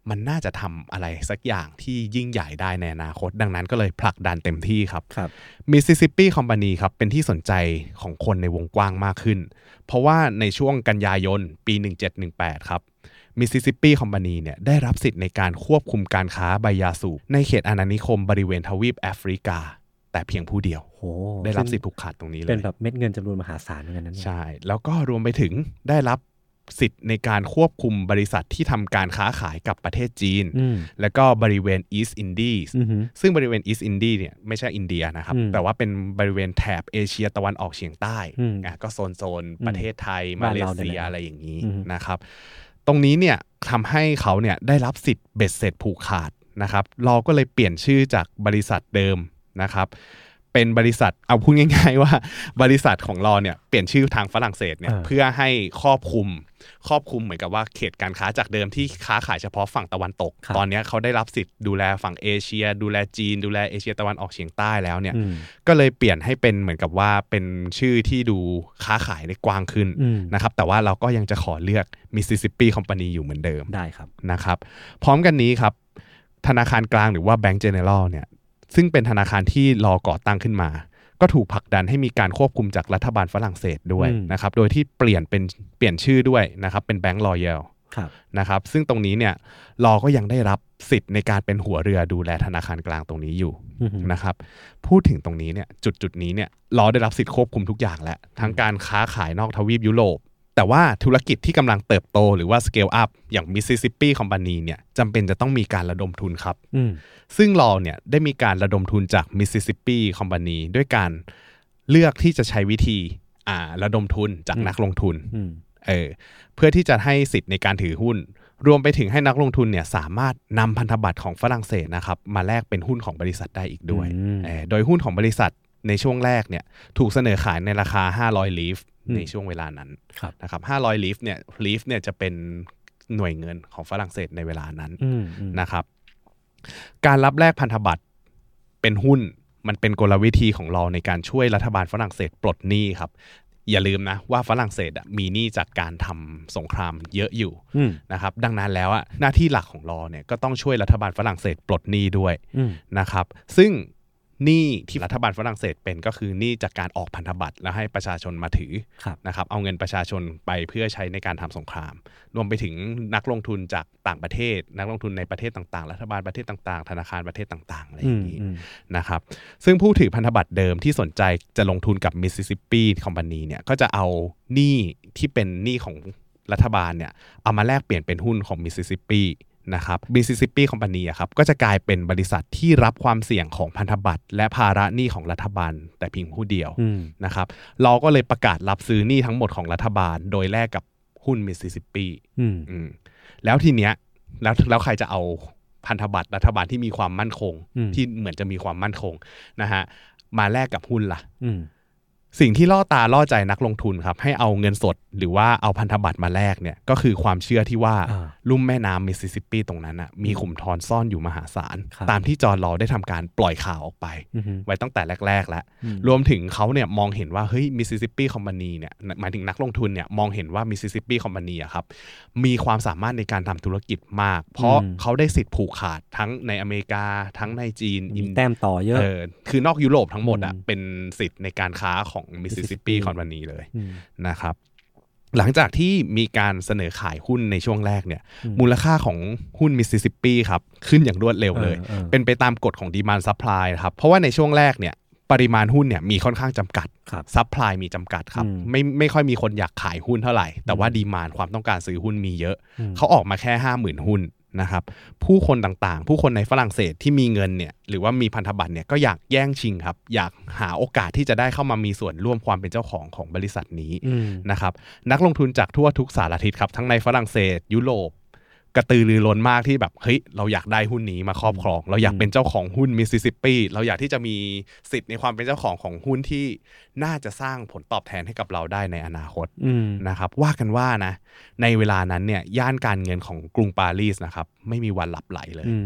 มันน่าจะทำอะไรสักอย่างที่ยิ่งใหญ่ได้ในอนาคตดังนั้นก็เลยผลักดันเต็มที่ครับ Mississippi Company ครับเป็นที่สนใจของคนในวงกว้างมากขึ้นเพราะว่าในช่วงกันยายนปีหนึ่งเจ็ดหนึ่งแปดครับ Mississippi Company เนี่ยได้รับสิทธิ์ในการควบคุมการค้าใบยาสูบในเขตอาณานิคมบริเวณทวีปแอฟริกาแต่เพียงผู้เดียวได้รับสิทธิ์ผูกขาดตรงนี้เลยเป็นแบบเม็ดเงินจำนวนมหาศาลเหมือนกันนั้นใช่แล้วก็รวมไปถึงได้รับสิทธิ์ในการควบคุมบริษัทที่ทำการค้าขายกับประเทศจีนแล้วก็บริเวณ East Indies ซึ่งบริเวณ East Indies เนี่ยไม่ใช่อินเดียนะครับแต่ว่าเป็นบริเวณแถบเอเชียตะวันออกเฉียงใต้อ่ะก็โซนโซนประเทศไทยมาเลเซียอะไรอย่างนี้นะครับตรงนี้เนี่ยทำให้เขาเนี่ยได้รับสิทธิ์เบ็ดเสร็จผูกขาดนะครับเราก็เลยเปลี่ยนชื่อจากบริษัทเดิมนะครับเป็นบริษัทเอาพูดง่ายๆว่าบริษัทของเราเนี่ยเปลี่ยนชื่อทางฝรั่งเศสเนี่ยเพื่อให้ครอบคลุมครอบคลุมเหมือนกับว่าเขตการค้าจากเดิมที่ค้าขายเฉพาะฝั่งตะวันตกตอนนี้เขาได้รับสิทธิ์ดูแลฝั่งเอเชียดูแลจีนดูแลเอเชียตะวันออกเฉียงใต้แล้วเนี่ยก็เลยเปลี่ยนให้เป็นเหมือนกับว่าเป็นชื่อที่ดูค้าขายได้กว้างขึ้นนะครับแต่ว่าเราก็ยังจะขอเลือก Mississippi Company อยู่เหมือนเดิมได้ครับนะครับพร้อมกันนี้ครับธนาคารกลางหรือว่า Bank General เนี่ยซึ่งเป็นธนาคารที่รอก่อตั้งขึ้นมาก็ถูกผลักดันให้มีการควบคุมจากรัฐบาลฝรั่งเศสด้วยนะครับโดยที่เปลี่ยนเป็นเปลี่ยนชื่อด้วยนะครับเป็น Bank Royal นะครับซึ่งตรงนี้เนี่ยรอก็ยังได้รับสิทธิ์ในการเป็นหัวเรือดูแลธนาคารกลางตรงนี้อยู่นะครับพูดถึงตรงนี้เนี่ยจุดจุดนี้เนี่ยรอได้รับสิทธิ์ควบคุมทุกอย่างแล้วทั้งการค้าขายนอกทวีปยุโรปแต่ว่าธุรกิจที่กำลังเติบโตหรือว่า scale up อย่าง Mississippi Company เนี่ยจำเป็นจะต้องมีการระดมทุนครับซึ่งเราเนี่ยได้มีการระดมทุนจาก Mississippi Company ด้วยการเลือกที่จะใช้วิธีอ่าระดมทุนจากนักลงทุนเออเพื่อที่จะให้สิทธิ์ในการถือหุ้นรวมไปถึงให้นักลงทุนเนี่ยสามารถนำพันธบัตรของฝรั่งเศสนะครับมาแลกเป็นหุ้นของบริษัทได้อีกด้วยเออโดยหุ้นของบริษัทในช่วงแรกเนี่ยถูกเสนอขายในราคาห้าร้อยลีฟในช่วงเวลานั้นนะครับห้าร้อยลีฟเนี่ยลีฟเนี่ยจะเป็นหน่วยเงินของฝรั่งเศสในเวลานั้นนะครับการรับแลกพันธบัตรเป็นหุ้นมันเป็นกลวิธีของเราในการช่วยรัฐบาลฝรั่งเศสปลดหนี้ครับอย่าลืมนะว่าฝรั่งเศสมีหนี้จากการทำสงครามเยอะอยู่นะครับดังนั้นแล้วหน้าที่หลักของเราเนี่ยก็ต้องช่วยรัฐบาลฝรั่งเศสปลดหนี้ด้วยนะครับซึ่งหนี้ที่รัฐบาลฝรั่งเศสเป็นก็คือหนี้จากการออกพันธบัตรแล้วให้ประชาชนมาถือนะครับเอาเงินประชาชนไปเพื่อใช้ในการทำสงครามรวมไปถึงนักลงทุนจากต่างประเทศนักลงทุนในประเทศต่างๆรัฐบาลประเทศต่างๆธนาคารประเทศต่างๆอะไรอย่างนี้นะครับซึ่งผู้ถือพันธบัตรเดิมที่สนใจจะลงทุนกับ Mississippi Company เนี่ยก็จะเอาหนี้ที่เป็นหนี้ของรัฐบาลเนี่ยเอามาแลกเปลี่ยนเป็นหุ้นของ Mississippiนะครับ Mississippi Company อ่ะครับก็จะกลายเป็นบริษัทที่รับความเสี่ยงของพันธบัตรและภาระหนี้ของรัฐบาลแต่เพียงผู้เดียวนะครับเราก็เลยประกาศรับซื้อหนี้ทั้งหมดของรัฐบาลโดยแลกกับหุ้น Mississippi แล้วทีเนี้ยแล้วแล้วใครจะเอาพันธบัตรรัฐบาลที่มีความมั่นคงที่เหมือนจะมีความมั่นคงนะฮะมาแลกกับหุ้นล่ะสิ่งที่ล่อตาล่อใจนักลงทุนครับให้เอาเงินสดหรือว่าเอาพันธบัตรมาแลกเนี่ยก็คือความเชื่อที่ว่าลุ่มแม่น้ำมิสซิสซิปปีตรงนั้นอ่ะมีขุมทรซ่อนอยู่มหาศาลตามที่จอร์จลอว์ได้ทำการปล่อยข่าวออกไปไว้ตั้งแต่แรกๆแล้วรวมถึงเขาเนี่ยมองเห็นว่าเฮ้ยมิสซิสซิปปีคอมพานีเนี่ยหมายถึงนักลงทุนเนี่ยมองเห็นว่ามิสซิสซิปปีคอมพานีอ่ะครับมีความสามารถในการทำธุรกิจมากเพราะเขาได้สิทธิ์ผูกขาดทั้งในอเมริกาทั้งในจีนแต้มต่อเยอะคือนอกยุโรปทั้งหมดอ่ะเป็นสิทธิ์ในการค้าของมิสซิสซิปปีคอมพานีเลยนะครับหลังจากที่มีการเสนอขายหุ้นในช่วงแรกเนี่ยมูลค่าของหุ้นมิสซิสซิปปีครับขึ้นอย่างรวดเร็วเลยเป็นไปตามกฎของดีมานด์ซัพพลายครับเพราะว่าในช่วงแรกเนี่ยปริมาณหุ้นเนี่ยมีค่อนข้างจำกัดซัพพลายมีจำกัดครับไม่ไม่ค่อยมีคนอยากขายหุ้นเท่าไหร่แต่ว่าดีมานด์ความต้องการซื้อหุ้นมีเยอะเขาออกมาแค่ ห้าหมื่น หุ้นนะครับผู้คนต่างๆผู้คนในฝรั่งเศสที่มีเงินเนี่ยหรือว่ามีพันธบัตรเนี่ยก็อยากแย่งชิงครับอยากหาโอกาสที่จะได้เข้ามามีส่วนร่วมความเป็นเจ้าของของบริษัทนี้นะครับนักลงทุนจากทั่วทุกสารทิศครับทั้งในฝรั่งเศสยุโรปกระตือรือร้นมากที่แบบเฮ้ยเราอยากได้หุ้นนี้มาครอบครองเราอยากเป็นเจ้าของหุ้นมิสซิสซิปปีเราอยากที่จะมีสิทธิ์ในความเป็นเจ้าของของหุ้นที่น่าจะสร้างผลตอบแทนให้กับเราได้ในอนาคตนะครับว่ากันว่านะในเวลานั้นเนี่ยย่านการเงินของกรุงปารีสนะครับไม่มีวันหลับไหลเลย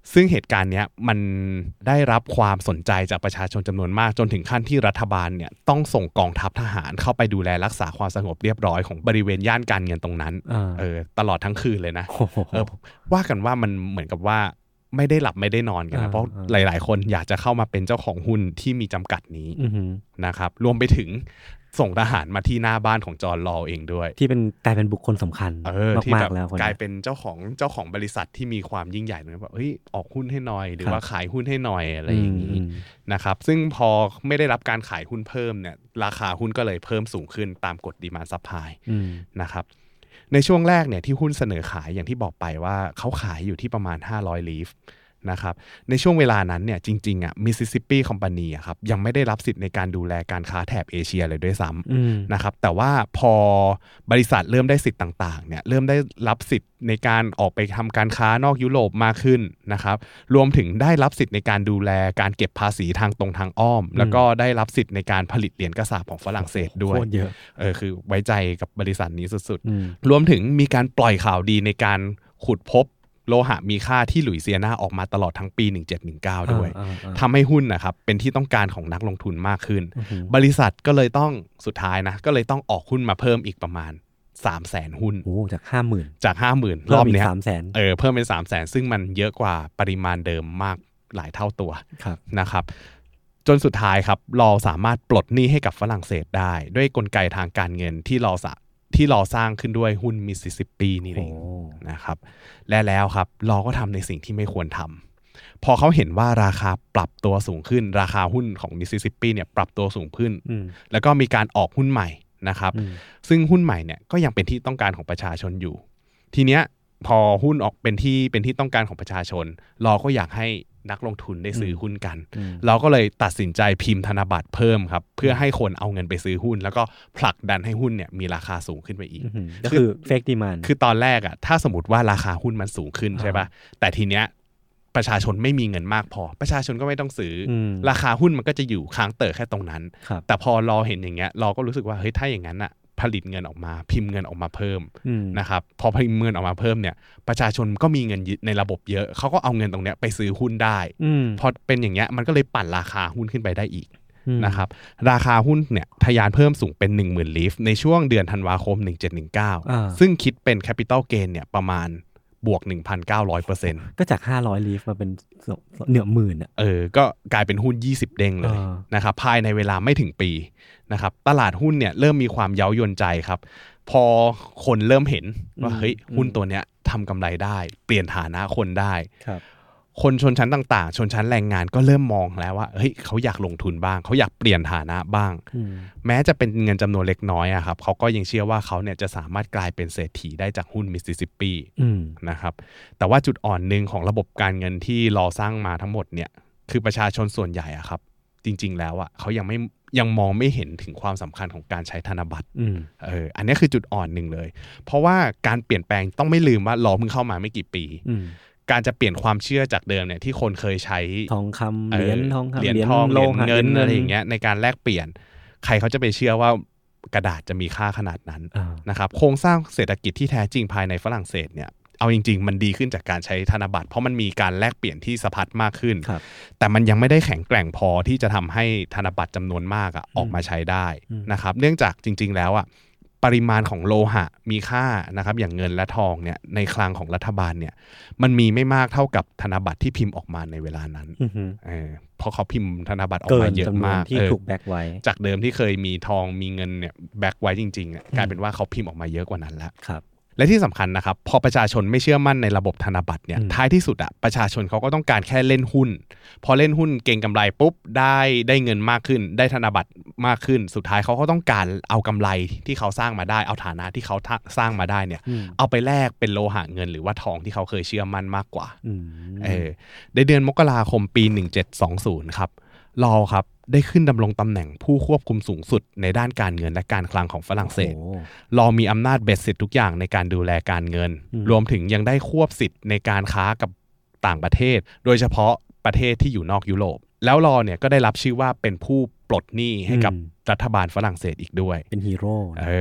ซึ่งเหตุการณ์เนี้ยมันได้รับความสนใจจากประชาชนจำนวนมากจนถึงขั้นที่รัฐบาลเนี่ยต้องส่งกองทัพทหารเข้าไปดูแลรักษาความสงบเรียบร้อยของบริเวณย่านการเงินตรงนั้นเออตลอดทั้งคืนเลยนะเออว่ากันว่ามันเหมือนกับว่าไม่ได้หลับไม่ได้นอนกันนะเพราะหลายๆคนอยากจะเข้ามาเป็นเจ้าของหุ้นที่มีจำกัดนี้นะครับรวมไปถึงส่งทหารมาที่หน้าบ้านของจอห์นลอว์เองด้วยที่เป็นกลายเป็นบุคคลสำคัญมากๆแล้วกลายเป็นเจ้าของเจ้าของบริษัทที่มีความยิ่งใหญ่เลยแบบเฮ้ยออกหุ้นให้หน่อยหรือว่าขายหุ้นให้หน่อยอะไรอย่างนี้นะครับซึ่งพอไม่ได้รับการขายหุ้นเพิ่มเนี่ยราคาหุ้นก็เลยเพิ่มสูงขึ้นตามกฎดีมานด์ซัพพลายนะครับในช่วงแรกเนี่ยที่หุ้นเสนอขายอย่างที่บอกไปว่าเขาขายอยู่ที่ประมาณห้าร้อยลีฟนะครับในช่วงเวลานั้นเนี่ยจริงๆอ่ะมิสซิสซิปปีคอมพานีอ่ะครับยังไม่ได้รับสิทธิ์ในการดูแลการค้าแถบเอเชียเลยด้วยซ้ำนะครับแต่ว่าพอบริษัทเริ่มได้สิทธิ์ต่างๆเนี่ยเริ่มได้รับสิทธิ์ในการออกไปทำการค้านอกยุโรปมากขึ้นนะครับรวมถึงได้รับสิทธิ์ในการดูแลการเก็บภาษีทางตรงทางอ้อมแล้วก็ได้รับสิทธิ์ในการผลิตเหรียญกระสาบของฝรั่งเศสด้วยโคตรเยอะเออคือไว้ใจกับบริษัทนี้สุดๆรวมถึงมีการปล่อยข่าวดีในการขุดพบโลหะมีค่าที่หลุยเซียนาออกมาตลอดทั้งปีหนึ่งเจ็ดหนึ่งเก้าด้วยทำให้หุ้นนะครับเป็นที่ต้องการของนักลงทุนมากขึ้นบริษัทก็เลยต้องสุดท้ายนะก็เลยต้องออกหุ้นมาเพิ่มอีกประมาณ สามแสน หุ้นโอ้จาก ห้าหมื่นจาก ห้าหมื่น รอบเนี้ยเออเพิ่มเป็น สามแสน ซึ่งมันเยอะกว่าปริมาณเดิมมากหลายเท่าตัวนะครับจนสุดท้ายครับเราสามารถปลดหนี้ให้กับฝรั่งเศสได้ด้วยกลไกทางการเงินที่เราที่เราสร้างขึ้นด้วยหุ้นมิสซิสซิปปีนี่เองนะครับและแล้วครับเราก็ทำในสิ่งที่ไม่ควรทำพอเขาเห็นว่าราคาปรับตัวสูงขึ้นราคาหุ้นของมิสซิสซิปปีเนี่ยปรับตัวสูงขึ้นแล้วก็มีการออกหุ้นใหม่นะครับซึ่งหุ้นใหม่เนี่ยก็ยังเป็นที่ต้องการของประชาชนอยู่ทีเนี้ยพอหุ้นออกเป็นที่เป็นที่ต้องการของประชาชนเราก็อยากให้นักลงทุนได้ซื้อหุ้นกันเราก็เลยตัดสินใจพิมพ์ธนบัตรเพิ่มครับเพื่อให้คนเอาเงินไปซื้อหุ้นแล้วก็ผลักดันให้หุ้นเนี่ยมีราคาสูงขึ้นไปอีกก็คือ fake demand คือตอนแรกอ่ะถ้าสมมติว่าราคาหุ้นมันสูงขึ้นใช่ป่ะแต่ทีเนี้ยประชาชนไม่มีเงินมากพอประชาชนก็ไม่ต้องซื้อราคาหุ้นมันก็จะอยู่ค้างเติ่แค่ตรงนั้นแต่พอเราเห็นอย่างเงี้ยเราก็รู้สึกว่าเฮ้ยถ้าอย่างนั้นอ่ะผลิตเงินออกมาพิมพ์เงินออกมาเพิ่มนะครับพอพิมพ์เงินออกมาเพิ่มเนี่ยประชาชนก็มีเงินในระบบเยอะเขาก็เอาเงินตรงเนี้ยไปซื้อหุ้นได้พอเป็นอย่างเงี้ยมันก็เลยปั่นราคาหุ้นขึ้นไปได้อีกนะครับราคาหุ้นเนี่ยทะยานเพิ่มสูงเป็น หนึ่งหมื่น ลีฟในช่วงเดือนธันวาคมหนึ่งเจ็ดหนึ่งเก้าซึ่งคิดเป็น capital gain เนี่ยประมาณบวก หนึ่งพันเก้าร้อยเปอร์เซ็นต์ก็จากห้าร้อยลีฟมาเป็นเหนือหมื่นอ่ะเออก็กลายเป็นหุ้นยี่สิบเด้งเลยนะครับภายในเวลาไม่ถึงปีนะครับตลาดหุ้นเนี่ยเริ่มมีความเย้ายวนใจครับพอคนเริ่มเห็นว่าเฮ้ยหุ้นตัวเนี้ยทำกำไรได้เปลี่ยนฐานะคนได้คนชนชั้นต่างๆชนชั้นแรงงานก็เริ่มมองแล้วว่าเฮ้ยเขาอยากลงทุนบ้างเขาอยากเปลี่ยนฐานะบ้างแม้จะเป็นเงินจำนวนเล็กน้อยอะครับเขาก็ยังเชื่อว่าเขาเนี่ยจะสามารถกลายเป็นเศรษฐีได้จากหุ้นมิสซิสซิปปีนะครับแต่ว่าจุดอ่อนหนึ่งของระบบการเงินที่รอสร้างมาทั้งหมดเนี่ยคือประชาชนส่วนใหญ่อะครับจริงๆแล้วอะเขายังไม่ยังมองไม่เห็นถึงความสำคัญของการใช้ธนบัตรเอออันนี้คือจุดอ่อนหนึ่งเลยเพราะว่าการเปลี่ยนแปลงต้องไม่ลืมว่าเราเพิ่งเข้ามาไม่กี่ปีการจะเปลี่ยนความเชื่อจากเดิมเนี่ยที่คนเคยใช้ทองคำเหรียญทองคำเหรียญทองเหรียญเงินอะไรอย่างเงี้ยในการแลกเปลี่ยนใครเขาจะไปเชื่อว่ากระดาษจะมีค่าขนาดนั้นนะครับโครงสร้างเศรษฐกิจที่แท้จริงภายในฝรั่งเศสเนี่ยเอาจริงๆมันดีขึ้นจากการใช้ธนบัตรเพราะมันมีการแลกเปลี่ยนที่สะพัดมากขึ้นแต่มันยังไม่ได้แข็งแกร่งพอที่จะทำให้ธนบัตรจำนวนมากอ่ะออกมาใช้ได้นะครับเนื่องจากจริงๆแล้วอ่ะปริมาณของโลหะมีค่านะครับอย่างเงินและทองเนี่ยในคลังของรัฐบาลเนี่ยมันมีไม่มากเท่ากับธนบัตรที่พิมพ์ออกมาในเวลานั้นเออเพราะเขาพิมพ์ธนบัตรออกมาเยอะมากที่ถูกแบ็คไว้จากเดิมที่เคยมีทองมีเงินเนี่ยแบ็คไว้จริงๆกลายเป็นว่าเขาพิมพ์ออกมาเยอะกว่านั้นแล้วและที่สำคัญนะครับพอประชาชนไม่เชื่อมั่นในระบบธนบัตรเนี่ยท้ายที่สุดอะประชาชนเขาก็ต้องการแค่เล่นหุ้นพอเล่นหุ้นเก่งกำไรปุ๊บได้ได้เงินมากขึ้นได้ธนบัตรมากขึ้นสุดท้ายเขาก็ต้องการเอากำไรที่เขาสร้างมาได้เอาฐานะที่เขาสร้างมาได้เนี่ยเอาไปแลกเป็นโลหะเงินหรือว่าทองที่เขาเคยเชื่อมั่นมากกว่าเออในเดือนมกราคมปีหนึ่งเจ็ดสองศูนย์ครับลอครับได้ขึ้นดำรงตำแหน่งผู้ควบคุมสูงสุดในด้านการเงินและการคลังของฝรั่งเศสลอมีอำนาจเบ็ดเสร็จทุกอย่างในการดูแลการเงินรวมถึงยังได้ควบสิทธิ์ในการค้ากับต่างประเทศโดยเฉพาะประเทศที่อยู่นอกยุโรปแล้วลอเนี่ยก็ได้รับชื่อว่าเป็นผู้ปลดหนี้ให้กับรัฐบาลฝรั่งเศสอีกด้วยเป็นฮีโร่เออ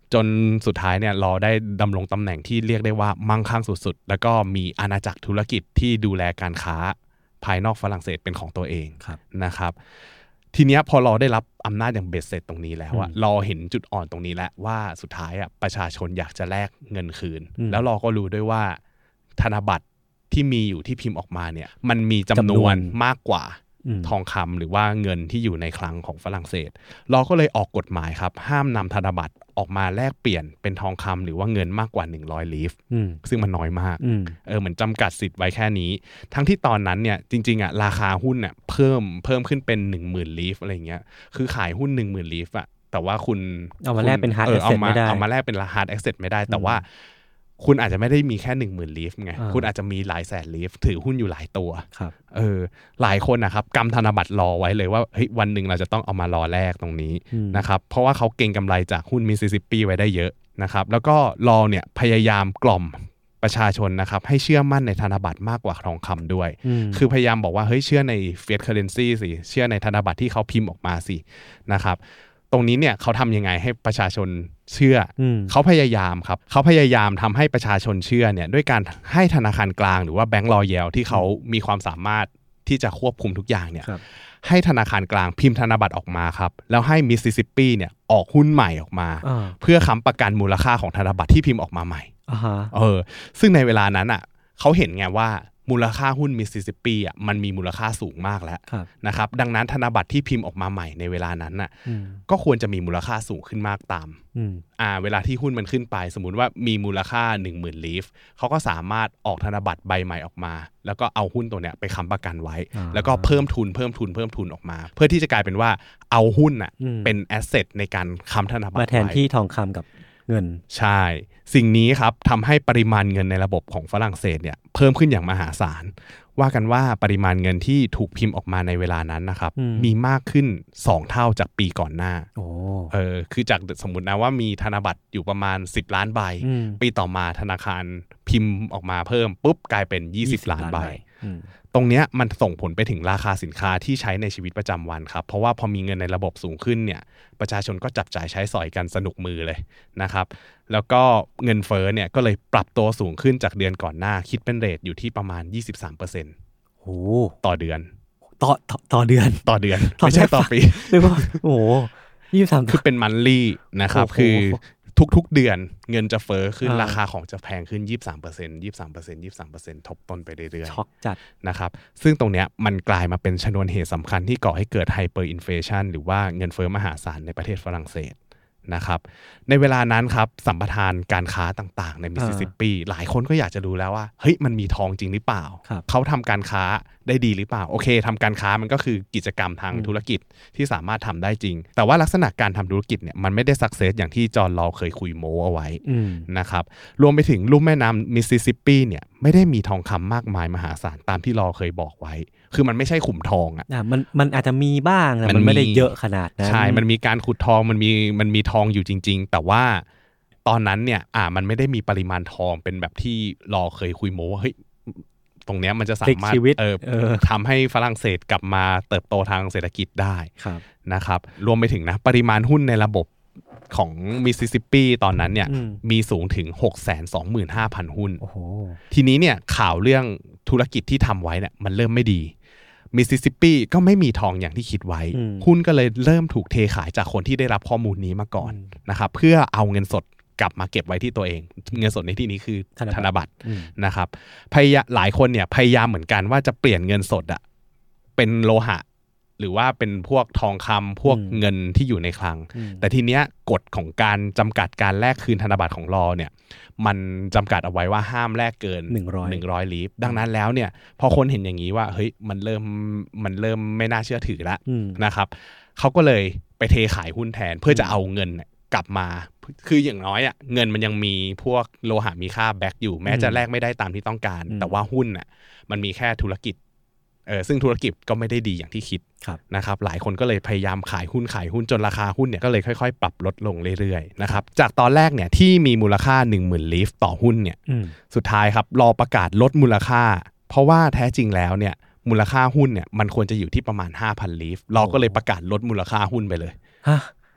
จนสุดท้ายเนี่ยรอได้ดำรงตำแหน่งที่เรียกได้ว่ามั่งคั่งสุดๆแล้วก็มีอาณาจักรธุรกิจที่ดูแลการค้าภายนอกฝรั่งเศสเป็นของตัวเองนะครับทีเนี้ยพอเราได้รับอำนาจอย่างเบ็ดเสร็จตรงนี้แล้วอะเราเห็นจุดอ่อนตรงนี้แล้วว่าสุดท้ายอะประชาชนอยากจะแลกเงินคืนแล้วเราก็รู้ด้วยว่าธนบัตรที่มีอยู่ที่พิมพ์ออกมาเนี่ยมันมีจำนวนมากกว่าทองคำหรือว่าเงินที่อยู่ในคลังของฝรั่งเศสเราก็เลยออกกฎหมายครับห้ามนำธนบัตรออกมาแลกเปลี่ยนเป็นทองคำหรือว่าเงินมากกว่าหนึ่งร้อยลีฟซึ่งมันน้อยมากเออเหมือนจำกัดสิทธิ์ไว้แค่นี้ทั้งที่ตอนนั้นเนี่ยจริงๆอ่ะราคาหุ้นเนี่ยเพิ่มเพิ่มขึ้นเป็น หนึ่งหมื่น ลีฟอะไรเงี้ยคือขายหุ้น หนึ่งหมื่น ลีฟอ่ะแต่ว่าคุณเอามาแลกเป็น hard asset ไม่ได้เอามาแลกเป็น hard asset ไม่ได้แต่ว่าคุณอาจจะไม่ได้มีแค่ หนึ่งหมื่น ลีฟไงคุณอาจจะมีหลายแสนลีฟถือหุ้นอยู่หลายตัวเออหลายคนนะครับกำธนบัตรรอไว้เลยว่าเฮ้ยวันนึงเราจะต้องเอามารอแลกตรงนี้นะครับเพราะว่าเขาเก็งกำไรจากหุ้นมิสซิสซิปปีไว้ได้เยอะนะครับแล้วก็รอเนี่ยพยายามกล่อมประชาชนนะครับให้เชื่อมั่นในธนบัตรมากกว่าทองคำด้วยคือพยายามบอกว่าเฮ้ยเชื่อใน fiat currency สิเชื่อในธนบัตรที่เขาพิมพ์ออกมาสินะครับตรงนี้เนี่ยเขาทำยังไงให้ประชาชนเชื่อเขาพยายามครับเขาพยายามทำให้ประชาชนเชื่อเนี่ยด้วยการให้ธนาคารกลางหรือว่าแบงก์รอยัลที่เขามีความสามารถที่จะควบคุมทุกอย่างเนี่ยให้ธนาคารกลางพิมพ์ธนบัตรออกมาครับแล้วให้มิสซิสซิปปีเนี่ยออกหุ้นใหม่ออกมาเพื่อค้ำประกันมูลค่าของธนบัตรที่พิมพ์ออกมาใหม่เออซึ่งในเวลานั้นอ่ะเขาเห็นไงว่ามูลค่าหุ้นมิสซิสซิปปีอ่ะมันมีมูลค่าสูงมากแล้วนะครับดังนั้นธนบัตรที่พิมพ์ออกมาใหม่ในเวลานั้นน่ะก็ควรจะมีมูลค่าสูงขึ้นมากตามอ่าเวลาที่หุ้นมันขึ้นไปสมมุติว่ามีมูลค่า หนึ่งหมื่น ลีฟเขาก็สามารถออกธนบัตรใบใหม่ออกมาแล้วก็เอาหุ้นตัวเนี้ยไปค้ำประกันไว้แล้วก็เพิ่มทุนเพิ่มทุนเพิ่มทุนออกมาเพื่อที่จะกลายเป็นว่าเอาหุ้นน่ะเป็นแอสเซทในการค้ำธนบัตรมาแทนที่ทองคำกับเงินใช่สิ่งนี้ครับทำให้ปริมาณเงินในระบบของฝรั่งเศสเนี่ยเพิ่มขึ้นอย่างมหาศาลว่ากันว่าปริมาณเงินที่ถูกพิมพ์ออกมาในเวลานั้นนะครับมีมากขึ้นสองเท่าจากปีก่อนหน้าเออคือจากสมมุตินะว่ามีธนบัตรอยู่ประมาณสิบล้านใบปีต่อมาธนาคารพิมพ์ออกมาเพิ่มปุ๊บกลายเป็นยี่สิบล้านใบตรงเนี้ยมันส่งผลไปถึงราคาสินค้าที่ใช้ในชีวิตประจำวันครับเพราะว่าพอมีเงินในระบบสูงขึ้นเนี่ยประชาชนก็จับจ่ายใช้สอยกันสนุกมือเลยนะครับแล้วก็เงินเฟ้อเนี่ยก็เลยปรับตัวสูงขึ้นจากเดือนก่อนหน้าคิดเป็นเรทอยู่ที่ประมาณ ยี่สิบสามเปอร์เซ็นต์ โอ้ต่อเดือนต่อต่อเดือนต่อเดือนไม่ใช่ต่อปีเรียกว่าโอ้ยี่สิบสามคือเป็นมันลี่นะครับคือทุกๆเดือนเงินจะเฟ้อขึ้นราคาของจะแพงขึ้น ยี่สิบสามเปอร์เซ็นต์ ยี่สิบสามเปอร์เซ็นต์ ยี่สิบสามเปอร์เซ็นต์ ทบต้นไปเรื่อยๆช็อกจัดนะครับซึ่งตรงเนี้ยมันกลายมาเป็นชนวนเหตุสำคัญที่ก่อให้เกิดไฮเปอร์อินเฟลชันหรือว่าเงินเฟ้อมหาศาลในประเทศฝรั่งเศสนะครับในเวลานั้นครับสัมปทานการค้าต่างๆในมิสซิสซิปปีหลายคนก็อยากจะรู้แล้วว่าเฮ้ยมันมีทองจริงหรือเปล่าเขาทำการค้าได้ดีหรือเปล่าโอเคทำการค้ามันก็คือกิจกรรมทางธุรกิจที่สามารถทำได้จริงแต่ว่าลักษณะการทำธุรกิจเนี่ยมันไม่ได้สักเซสอย่างที่จอห์นลอว์เคยคุยโม้เอาไว้นะครับรวมไปถึงลุ่มแม่น้ำมิสซิสซิปปีเนี่ยไม่ได้มีทองคำมากมายมหาศาลตามที่ลอว์เคยบอกไว้คือมันไม่ใช่ขุมทองอ่ะมันมันอาจจะมีบ้างแต่มันไม่ได้เยอะขนาดนั้นใช่มันมีการขุดทองมันมีมันมีทองอยู่จริงๆแต่ว่าตอนนั้นเนี่ยอ่ามันไม่ได้มีปริมาณทองเป็นแบบที่ลอว์เคยคุยโม้ว่าเฮ้ยตรงเนี้ยมันจะสามารถเออทำให้ฝรั่งเศสกลับมาเติบโตทางเศรษฐกิจได้นะครับรวมไปถึงนะปริมาณหุ้นในระบบของมิสซิสซิปปีตอนนั้นเนี่ยมีสูงถึง หกแสนสองหมื่นห้าพัน หุ้นทีนี้เนี่ยข่าวเรื่องธุรกิจที่ทำไว้เนี่ยมันเริ่มไม่ดีมิสซิสซิปปีก็ไม่มีทองอย่างที่คิดไว้หุ้นก็เลยเริ่มถูกเทขายจากคนที่ได้รับข้อมูลนี้มาก่อนนะครับเพื่อเอาเงินสดกลับมาเก็บไว้ที่ตัวเองเงินสดในที่นี้คือธนบัตรนะครับพยายามหลายคนเนี่ยพยายามเหมือนกันว่าจะเปลี่ยนเงินสดอะเป็นโลหะหรือว่าเป็นพวกทองคำพวกเงินที่อยู่ในคลังแต่ทีเนี้ยกฎของการจำกัดการแลกคืนธนบัตรของลอเนี่ยมันจำกัดเอาไว้ว่าห้ามแลกเกินหนึ่งร้อยลีฟดังนั้นแล้วเนี่ยพอคนเห็นอย่างนี้ว่าเฮ้ยมันเริ่มมันเริ่มไม่น่าเชื่อถือแล้วนะครับเขาก็เลยไปเทขายหุ้นแทนเพื่อจะเอาเงินกลับมาคืออย่างน้อยอ่ะเงินมันยังมีพวกโลหะมีค่าแบ็กอยู่แม้จะแลกไม่ได้ตามที่ต้องการแต่ว่าหุ้นอ่ะมันมีแค่ธุรกิจเออซึ่งธุรกิจก็ไม่ได้ดีอย่างที่คิดนะครับหลายคนก็เลยพยายามขายหุ้นขายหุ้นจนราคาหุ้นเนี่ยก็เลยค่อยๆปรับลดลงเรื่อยๆนะครับจากตอนแรกเนี่ยที่มีมูลค่า หนึ่งหมื่น ลีฟต่อหุ้นเนี่ยสุดท้ายครับรอประกาศลดมูลค่าเพราะว่าแท้จริงแล้วเนี่ยมูลค่าหุ้นเนี่ยมันควรจะอยู่ที่ประมาณ ห้าพัน ลีฟเราก็เลยประกาศลดมูลค่าหุ้นไปเลย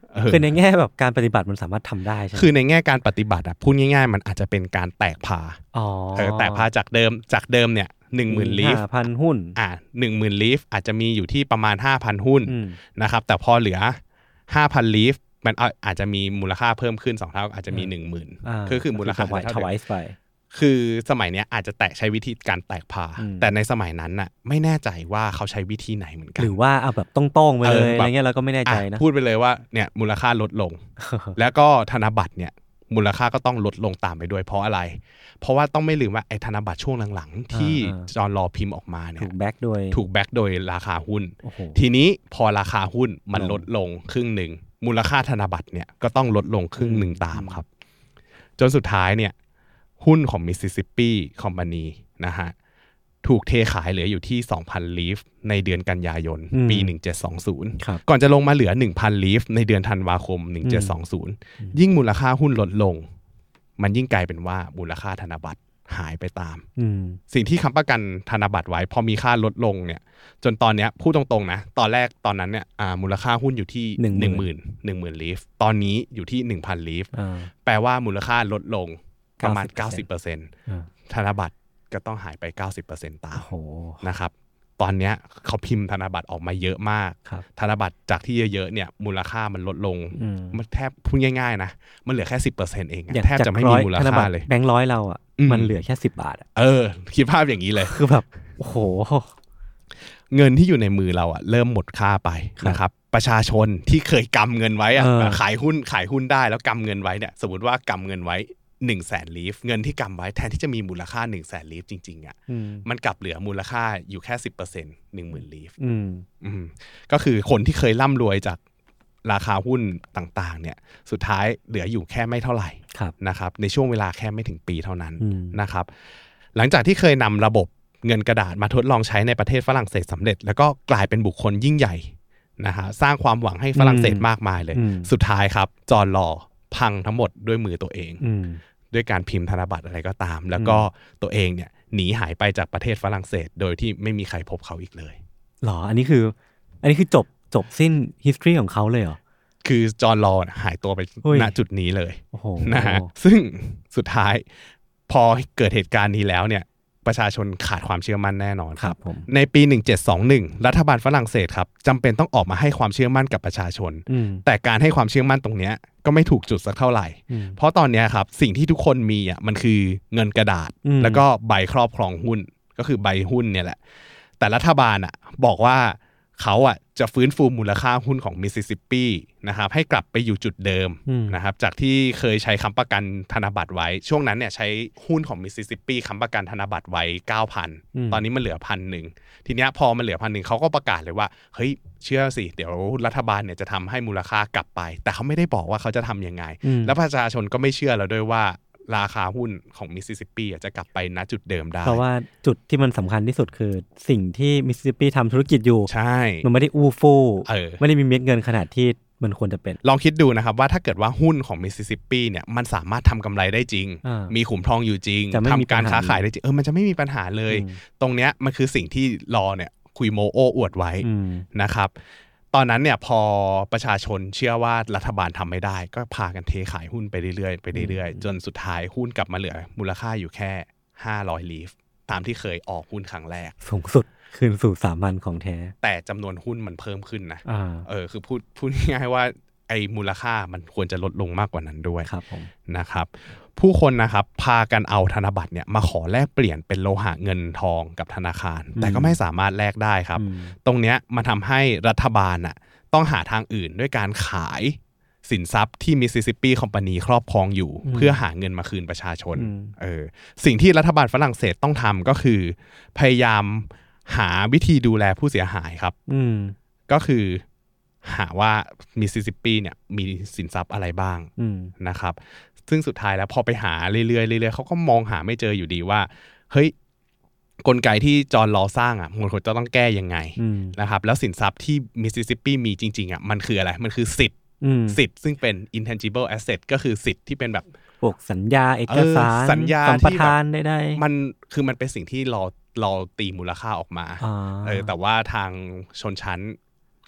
คือในแง่แบบการปฏิบัติมันสามารถทำได้ใช่ไหมคือในแง่การปฏิบัติอ่ะพูดง่ายๆมันอาจจะเป็นการแตกพาอ๋อเออแตกพาจากเดิมจากเดิมเนี่ยหนึ่งหมื่นลีฟห้าพัน หุ้นอ่า หนึ่งหมื่นลีฟอาจจะมีอยู่ที่ประมาณ ห้าพัน หุ้นนะครับแต่พอเหลือ ห้าพัน ลีฟมันอาจจะมีมูลค่าเพิ่มขึ้นสองเท่าอาจจะมี หนึ่งหมื่น คือคือมูลค่าเท่าเดิมคือสมัยเนี้ยอาจจะแตกใช้วิธีการแตกพาแต่ในสมัยนั้นน่ะไม่แน่ใจว่าเขาใช้วิธีไหนเหมือนกันหรือว่าเอาแบบตรงๆไปเลยอะไรเงี้ยเราก็ไม่แน่ใจนะพูดไปเลยว่าเนี่ยมูลค่าลดลง แล้วก็ธนบัตรเนี่ยมูลค่าก็ต้องลดลงตามไปด้วยเพราะอะไรเพราะว่าต้องไม่ลืมว่าไอ้ธนบัตรช่วงหลังๆที่จอห์นลอพิมพ์ออกมาเนี่ยถูกแบ็กโดยถูกแบ็กโดยราคาหุ้นทีนี้พอราคาหุ้นมันลดลงครึ่งหนึ่งมูลค่าธนบัตรเนี่ยก็ต้องลดลงครึ่งหนึ่งตามครับจนสุดท้ายเนี่ยหุ้นของมิสซิสซิปปีคอมพานีนะฮะถูกเทขายเหลืออยู่ที่ สองพัน ลีฟในเดือนกันยายนปีหนึ่งพันเจ็ดร้อยยี่สิบก่อนจะลงมาเหลือ หนึ่งพัน ลีฟในเดือนธันวาคมหนึ่งพันเจ็ดร้อยยี่สิบยิ่งมูลค่าหุ้นลดลงมันยิ่งกลายเป็นว่ามูลค่าธนบัตรหายไปตามสิ่งที่ค้ำประกันธนบัตรไว้พอมีค่าลดลงเนี่ยจนตอนเนี้ยพูดตรงๆนะตอนแรกตอนนั้นเนี่ยมูลค่าหุ้นอยู่ที่ หนึ่งหมื่น หนึ่งหมื่น ลีฟตอนนี้อยู่ที่ หนึ่งพัน ลีฟแปลว่ามูลค่าลดลงประมาณ เก้าสิบเปอร์เซ็นต์ ธนบัตรก็ต้องหายไป เก้าสิบเปอร์เซ็นต์ ตามนะครับตอนเนี้ยเขาพิมพ์ธนบัตรออกมาเยอะมากธนบัตรจากที่เยอะๆเนี่ยมูลค่ามันลดลงมันแทบพูดง่ายๆนะมันเหลือแค่ สิบเปอร์เซ็นต์ เองแทบจะไม่มีมูลค่าเลยแบงค์ร้อยเราอ่ะมันเหลือแค่สิบบาทเออคิดภาพอย่างนี้เลยคือแบบโอ้โหเงินที่อยู่ในมือเราอ่ะเริ่มหมดค่าไปนะครับประชาชนที่เคยกำเงินไว้อ่ะขายหุ้นขายหุ้นได้แล้วกำเงินไว้เนี่ยสมมติว่ากำเงินไว้หนึ่งแสนลีฟเงินที่กำไว้แทนที่จะมีมูลค่าหนึ่งแสนลีฟจริงๆอ่ะมันกลับเหลือมูลค่าอยู่แค่ สิบเปอร์เซ็นต์ หนึ่งหมื่น ลีฟก็คือคนที่เคยร่ำรวยจากราคาหุ้นต่างๆเนี่ยสุดท้ายเหลืออยู่แค่ไม่เท่าไหร่นะครับในช่วงเวลาแค่ไม่ถึงปีเท่านั้นนะครับหลังจากที่เคยนำระบบเงินกระดาษมาทดลองใช้ในประเทศฝรั่งเศสสำเร็จแล้วก็กลายเป็นบุคคลยิ่งใหญ่นะฮะสร้างความหวังให้ฝรั่งเศสมากมายเลยสุดท้ายครับจอห์นลอพังทั้งหมดด้วยมือตัวเองด้วยการพิมพ์ธนบัตรอะไรก็ตามแล้วก็ตัวเองเนี่ยหนีหายไปจากประเทศฝรั่งเศสโดยที่ไม่มีใครพบเขาอีกเลยหรออันนี้คืออันนี้คือจบจบสิ้น history ของเขาเลยเหรอคือจอห์นลอหายตัวไปณจุดนี้เลยนะฮะซึ่งสุดท้ายพอเกิดเหตุการณ์นี้แล้วเนี่ยประชาชนขาดความเชื่อมั่นแน่นอนครับในปีหนึ่งพันเจ็ดร้อยยี่สิบเอ็ดรัฐบาลฝรั่งเศสครับจำเป็นต้องออกมาให้ความเชื่อมั่นกับประชาชนแต่การให้ความเชื่อมั่นตรงนี้ก็ไม่ถูกจุดสักเท่าไหร่เพราะตอนนี้ครับสิ่งที่ทุกคนมีอ่ะมันคือเงินกระดาษแล้วก็ใบครอบครองหุ้นก็คือใบหุ้นเนี่ยแหละแต่รัฐบาลอ่ะบอกว่าเขาอ่ะจะฟื้นฟูมูลค่าหุ้นของมิสซิสซิปปีนะครับให้กลับไปอยู่จุดเดิมนะครับจากที่เคยใช้ค้ำประกันธนบัตรไว้ช่วงนั้นเนี่ยใช้หุ้นของมิสซิสซิปปีค้ำประกันธนบัตรไว้ เก้าพัน ตอนนี้มันเหลือ หนึ่งพัน นึงทีเนี้ยพอมันเหลือ หนึ่งพัน นึงเขาก็ประกาศเลยว่าเฮ้ยเชื่อสิเดี๋ยวรัฐบาลเนี่ยจะทำให้มูลค่ากลับไปแต่เขาไม่ได้บอกว่าเขาจะทำยังไงแล้วประชาชนก็ไม่เชื่อแล้วด้วยว่าราคาหุ้นของมิสซิสซิปปีจะกลับไปณจุดเดิมได้เพราะว่าจุดที่มันสำคัญที่สุดคือสิ่งที่มิสซิสซิปปีทำธุรกิจอยู่ใช่มันไม่ได้อู้ฟู่ไม่ได้มีเม็ดเงินขนาดที่มันควรจะเป็นลองคิดดูนะครับว่าถ้าเกิดว่าหุ้นของมิสซิสซิปปีเนี่ยมันสามารถทำกำไรได้จริงมีขุมทองอยู่จริงทำการค้าขายได้จริงเออมันจะไม่มีปัญหาเลยตรงเนี้ยมันคือสิ่งที่รอเนี่ยคุยโมโอ้อวดไว้นะครับตอนนั้นเนี่ยพอประชาชนเชื่อว่ารัฐบาลทำไม่ได้ก็พากันเทขายหุ้นไปเรื่อยๆไปเรื่อยๆจนสุดท้ายหุ้นกลับมาเหลือมูลค่าอยู่แค่ห้าร้อยลีฟตามที่เคยออกหุ้นครั้งแรกสูงสุดคืนสู่สามัญของแท้แต่จำนวนหุ้นมันเพิ่มขึ้นนะเออคือพูดพูดง่ายๆว่าไอ้มูลค่ามันควรจะลดลงมากกว่านั้นด้วยนะครับผู้คนนะครับพากันเอาธนบัตรเนี่ยมาขอแลกเปลี่ยนเป็นโลหะเงินทองกับธนาคารแต่ก็ไม่สามารถแลกได้ครับตรงเนี้ยมันทำให้รัฐบาลน่ะต้องหาทางอื่นด้วยการขายสินทรัพย์ที่มิสซิสซิปปีคอมพานีครอบครองอยู่เพื่อหาเงินมาคืนประชาชนเออสิ่งที่รัฐบาลฝรั่งเศสต้องทำก็คือพยายามหาวิธีดูแลผู้เสียหายครับก็คือหาว่ามิสซิสซิปปีเนี่ยมีสินทรัพย์อะไรบ้างนะครับซึ่งสุดท้ายแล้วพอไปหาเรื่อยๆเรื่อยๆเขาก็มองหาไม่เจออยู่ดีว่าเฮ้ยกลไกที่จอห์นลอสร้างอ่ะมันควรจะต้องแก้ยังไงนะครับแล้วสินทรัพย์ที่มิสซิสซิปปีมีจริงๆอ่ะมันคืออะไรมันคือสิทธิ์สิทธิ์ซึ่งเป็น intangible asset ก็คือสิทธิ์ที่เป็นแบบพวกสัญญาเอกสารสัญญาสัมปทานได้ๆมันคือมันเป็นสิ่งที่เราเราตีมูลค่าออกมาเออแต่ว่าทางชนชั้น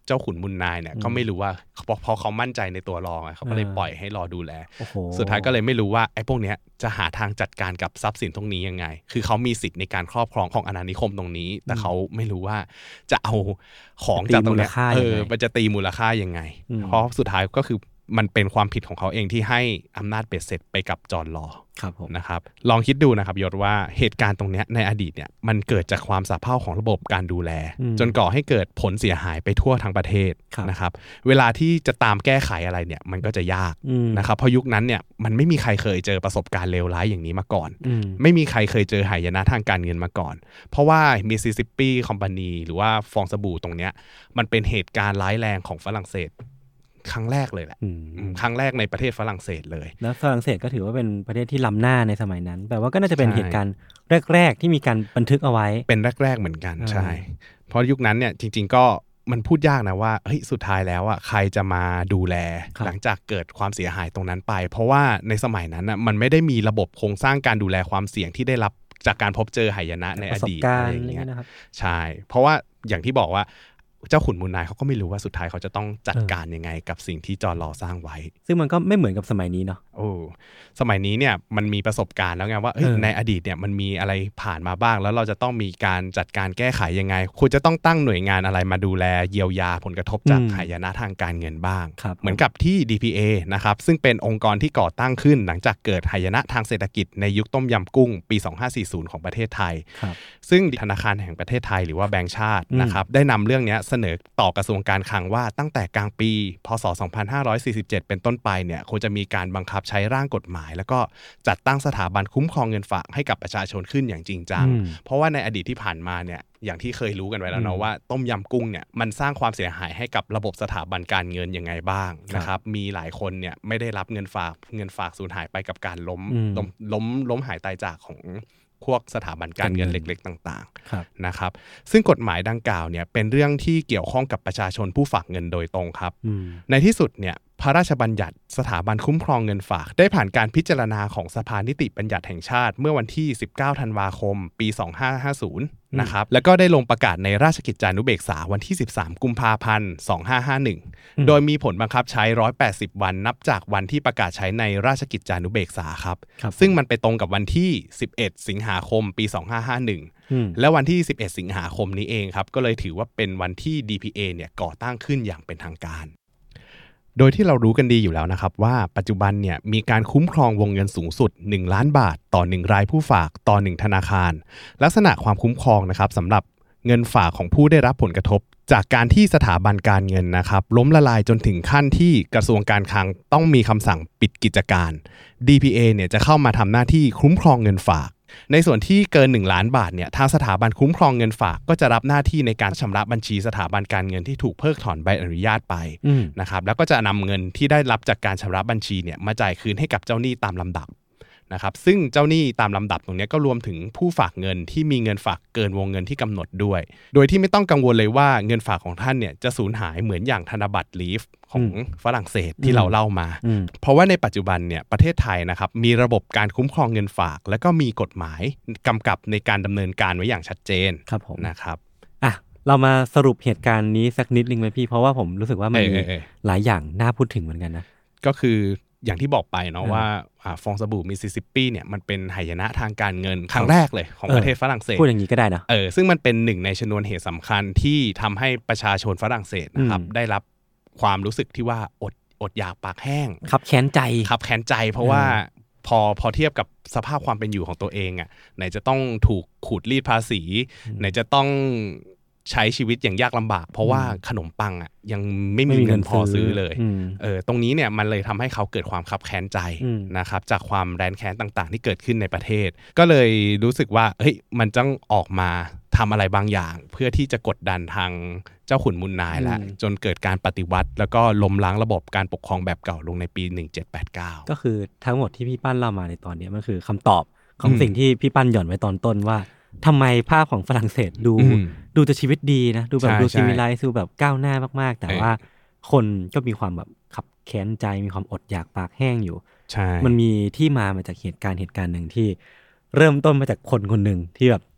เจ้าขุนมุนนายเนี่ยก็ไม่รู้ว่าเพราะเขามั่นใจในตัวรองเขาก็เลยปล่อยให้รอดูแลสุดท้ายก็เลยไม่รู้ว่าไอ้พวกเนี้ยจะหาทางจัดการกับทรัพย์สินตรงนี้ยังไงคือเขามีสิทธิ์ในการครอบครองของอาณานิคมตรงนี้แต่เขาไม่รู้ว่าจะเอาของจากตรงนี้เออมันจะตีมูลค่ายังไงเพราะสุดท้ายก็คือมันเป็นความผิดของเขาเองที่ให้อำนาจเบ็ดเสร็จไปกับจอห์นลอว์นะครับลองคิดดูนะครับยศว่าเหตุการณ์ตรงนี้ในอดีตเนี่ยมันเกิดจากความสะเพร่าของระบบการดูแลจนก่อให้เกิดผลเสียหายไปทั่วทั้งประเทศนะครับเวลาที่จะตามแก้ไขอะไรเนี่ยมันก็จะยากนะครับเพราะยุคนั้นเนี่ยมันไม่มีใครเคยเจอประสบการณ์เลวร้ายอย่างนี้มาก่อนไม่มีใครเคยเจอหายนะทางการเงินมาก่อนเพราะว่ามิสซิสซิปปีคอมพานีหรือว่าฟองสบู่ตรงเนี้ยมันเป็นเหตุการณ์ร้ายแรงของฝรั่งเศสครั้งแรกเลยแหละครั้งแรกในประเทศฝรั่งเศสเลยแล้วฝรั่งเศสก็ถือว่าเป็นประเทศที่ล้ำหน้าในสมัยนั้นแปลว่าก็น่าจะเป็นเหตุการณ์แรกๆที่มีการบันทึกเอาไว้เป็นแรกๆเหมือนกันใช่เพราะยุคนั้นเนี่ยจริงๆก็มันพูดยากนะว่าเฮ้ยสุดท้ายแล้วอ่ะใครจะมาดูแลหลังจากเกิดความเสียหายตรงนั้นไปเพราะว่าในสมัยนั้นอ่ะมันไม่ได้มีระบบโครงสร้างการดูแลความเสี่ยงที่ได้รับจากการพบเจอหายนะในอดีตอะไรอย่างเงี้ยใช่เพราะว่าอย่างที่บอกว่าเจ้าขุนมูลนายเขาก็ไม่รู้ว่าสุดท้ายเขาจะต้องจัดการยังไงกับสิ่งที่จอห์นลอว์สร้างไว้ซึ่งมันก็ไม่เหมือนกับสมัยนี้เนาะโอ้สมัยนี้เนี่ยมันมีประสบการณ์แล้วไงว่าในอดีตเนี่ยมันมีอะไรผ่านมาบ้างแล้วเราจะต้องมีการจัดการแก้ไขยังไงคุณจะต้องตั้งหน่วยงานอะไรมาดูแลเยียวยาผลกระทบจากหายนะทางการเงินบ้างเหมือนกับที่ ดี พี เอ นะครับซึ่งเป็นองค์กรที่ก่อตั้งขึ้นหลังจากเกิดหายนะทางเศรษฐกิจในยุคต้มยำกุ้งปีสองพันห้าร้อยสี่สิบของประเทศไทยซึ่งธนาคารแห่งประเทศไทยหรือว่าแบงก์ชาตินะครับได้นำเรื่องนี้เสนอต่อกระทรวงการคลังว่าตั้งแต่กลางปีพ.ศ. สองพันห้าร้อยสี่สิบเจ็ดเป็นต้นไปเนี่ยควรจะมีการบังคับใช้ร่างกฎหมายแล้วก็จัดตั้งสถาบันคุ้มครองเงินฝากให้กับประชาชนขึ้นอย่างจริงจังเพราะว่าในอดีตที่ผ่านมาเนี่ยอย่างที่เคยรู้กันไว้แล้วเนาะว่าต้มยำกุ้งเนี่ยมันสร้างความเสียหายให้กับระบบสถาบันการเงินยังไงบ้างนะครับมีหลายคนเนี่ยไม่ได้รับเงินฝากเงินฝากสูญหายไปกับการล้มล้มล้มล้มหายตายจากของพวกสถาบันการเงินเล็กๆต่างๆนะครับซึ่งกฎหมายดังกล่าวเนี่ยเป็นเรื่องที่เกี่ยวข้องกับประชาชนผู้ฝากเงินโดยตรงครับในที่สุดเนี่ยพระราชบัญญัติสถาบันคุ้มครองเงินฝากได้ผ่านการพิจารณาของสภานิติบัญญัติแห่งชาติเมื่อวันที่สิบเก้าธันวาคมปีสองพันห้าร้อยห้าสิบนะครับแล้วก็ได้ลงประกาศในราชกิจจานุเบกษาวันที่สิบสามกุมภาพันธ์สองพันห้าร้อยห้าสิบเอ็ดโดยมีผลบังคับใช้หนึ่งร้อยแปดสิบวันนับจากวันที่ประกาศใช้ในราชกิจจานุเบกษาครับซึ่งมันไปตรงกับวันที่สิบเอ็ดสิงหาคมปีสองพันห้าร้อยห้าสิบเอ็ดและวันที่สิบเอ็ดสิงหาคมนี้เองครับก็เลยถือว่าเป็นวันที่ ดี พี เอ เนี่ยก่อตั้งขึ้นอย่างเป็นทางการโดยที่เรารู้กันดีอยู่แล้วนะครับว่าปัจจุบันเนี่ยมีการคุ้มครองวงเงินสูงสุดหนึ่งล้านบาทต่อหนึ่งรายผู้ฝากต่อหนึ่งธนาคารลักษณะความคุ้มครองนะครับสำหรับเงินฝากของผู้ได้รับผลกระทบจากการที่สถาบันการเงินนะครับล้มละลายจนถึงขั้นที่กระทรวงการคลังต้องมีคำสั่งปิดกิจการ ดี พี เอ เนี่ยจะเข้ามาทำหน้าที่คุ้มครองเงินฝากในส่วนที่เกินหนึ่งล้านบาทเนี่ยทางสถาบันคุ้มครองเงินฝากก็จะรับหน้าที่ในการชำระบัญชีสถาบันการเงินที่ถูกเพิกถอนใบอนุญาตไปนะครับแล้วก็จะนำเงินที่ได้รับจากการชำระบัญชีเนี่ยมาจ่ายคืนให้กับเจ้าหนี้ตามลำดับนะครับซึ่งเจ้าหนี้ตามลำดับตรงนี้ก็รวมถึงผู้ฝากเงินที่มีเงินฝากเกินวงเงินที่กำหนดด้วยโดยที่ไม่ต้องกังวลเลยว่าเงินฝากของท่านเนี่ยจะสูญหายเหมือนอย่างธนบัตรลีฟของฝรั่งเศสที่เราเล่ามาเพราะว่าในปัจจุบันเนี่ยประเทศไทยนะครับมีระบบการคุ้มครองเงินฝากและก็มีกฎหมายกำกับในการดำเนินการไว้อย่างชัดเจนนะครับอ่ะเรามาสรุปเหตุการณ์นี้สักนิดนึงไหมพี่เพราะว่าผมรู้สึกว่ามันมีหลายอย่างน่าพูดถึงเหมือนกันนะก็คืออย่างที่บอกไปเนาะว่าฟองสบู่มิสซิสซิปปีเนี่ยมันเป็นหายนะทางการเงินครั้งแรกเลยของประเทศฝรั่งเศสพูดอย่างนี้ก็ได้นะเออซึ่งมันเป็นหนึ่งในชนวนเหตุสำคัญที่ทำให้ประชาชนฝรั่งเศสนะครับได้รับความรู้สึกที่ว่าอดอดอยากปากแห้งขับแค้นใจขับแค้นใจเพราะว่าพอพอเทียบกับสภาพความเป็นอยู่ของตัวเองอ่ะไหนจะต้องถูกขูดรีดภาษีไหนจะต้องใช้ชีวิตอย่างยากลำบากเพราะว่าขนมปังอ่ะยังไม่มีเงินพอซื้อเลยเออตรงนี้เนี่ยมันเลยทำให้เขาเกิดความคับแค้นใจนะครับจากความแร้นแค้นต่างๆที่เกิดขึ้นในประเทศก็เลยรู้สึกว่าเฮ้ยมันต้องออกมาทำอะไรบางอย่างเพื่อที่จะกดดันทางเจ้าขุนมูลนายแล้วจนเกิดการปฏิวัติแล้วก็ล้มล้างระบบการปกครองแบบเก่าลงในปีหนึ่งเจ็ดแปดเก้าก็คือทั้งหมดที่พี่ปั้นเล่ามาในตอนนี้มันคือคำตอบของสิ่งที่พี่ปั้นหย่อนไว้ตอนต้นว่าทำไมภาพของฝรั่งเศสดูดูจะชีวิตดีนะดูแบบดูซิวิไลซ์ดูแบบก้าวหน้ามากๆแต่ว่าคนก็มีความแบบขับแค้นใจมีความอดอยากปากแห้งอยู่มันมีที่มามาจากเหตุการณ์เหตุการณ์หนึ่งที่เริ่มต้นมาจากคนคนหนึ่งที่แบบ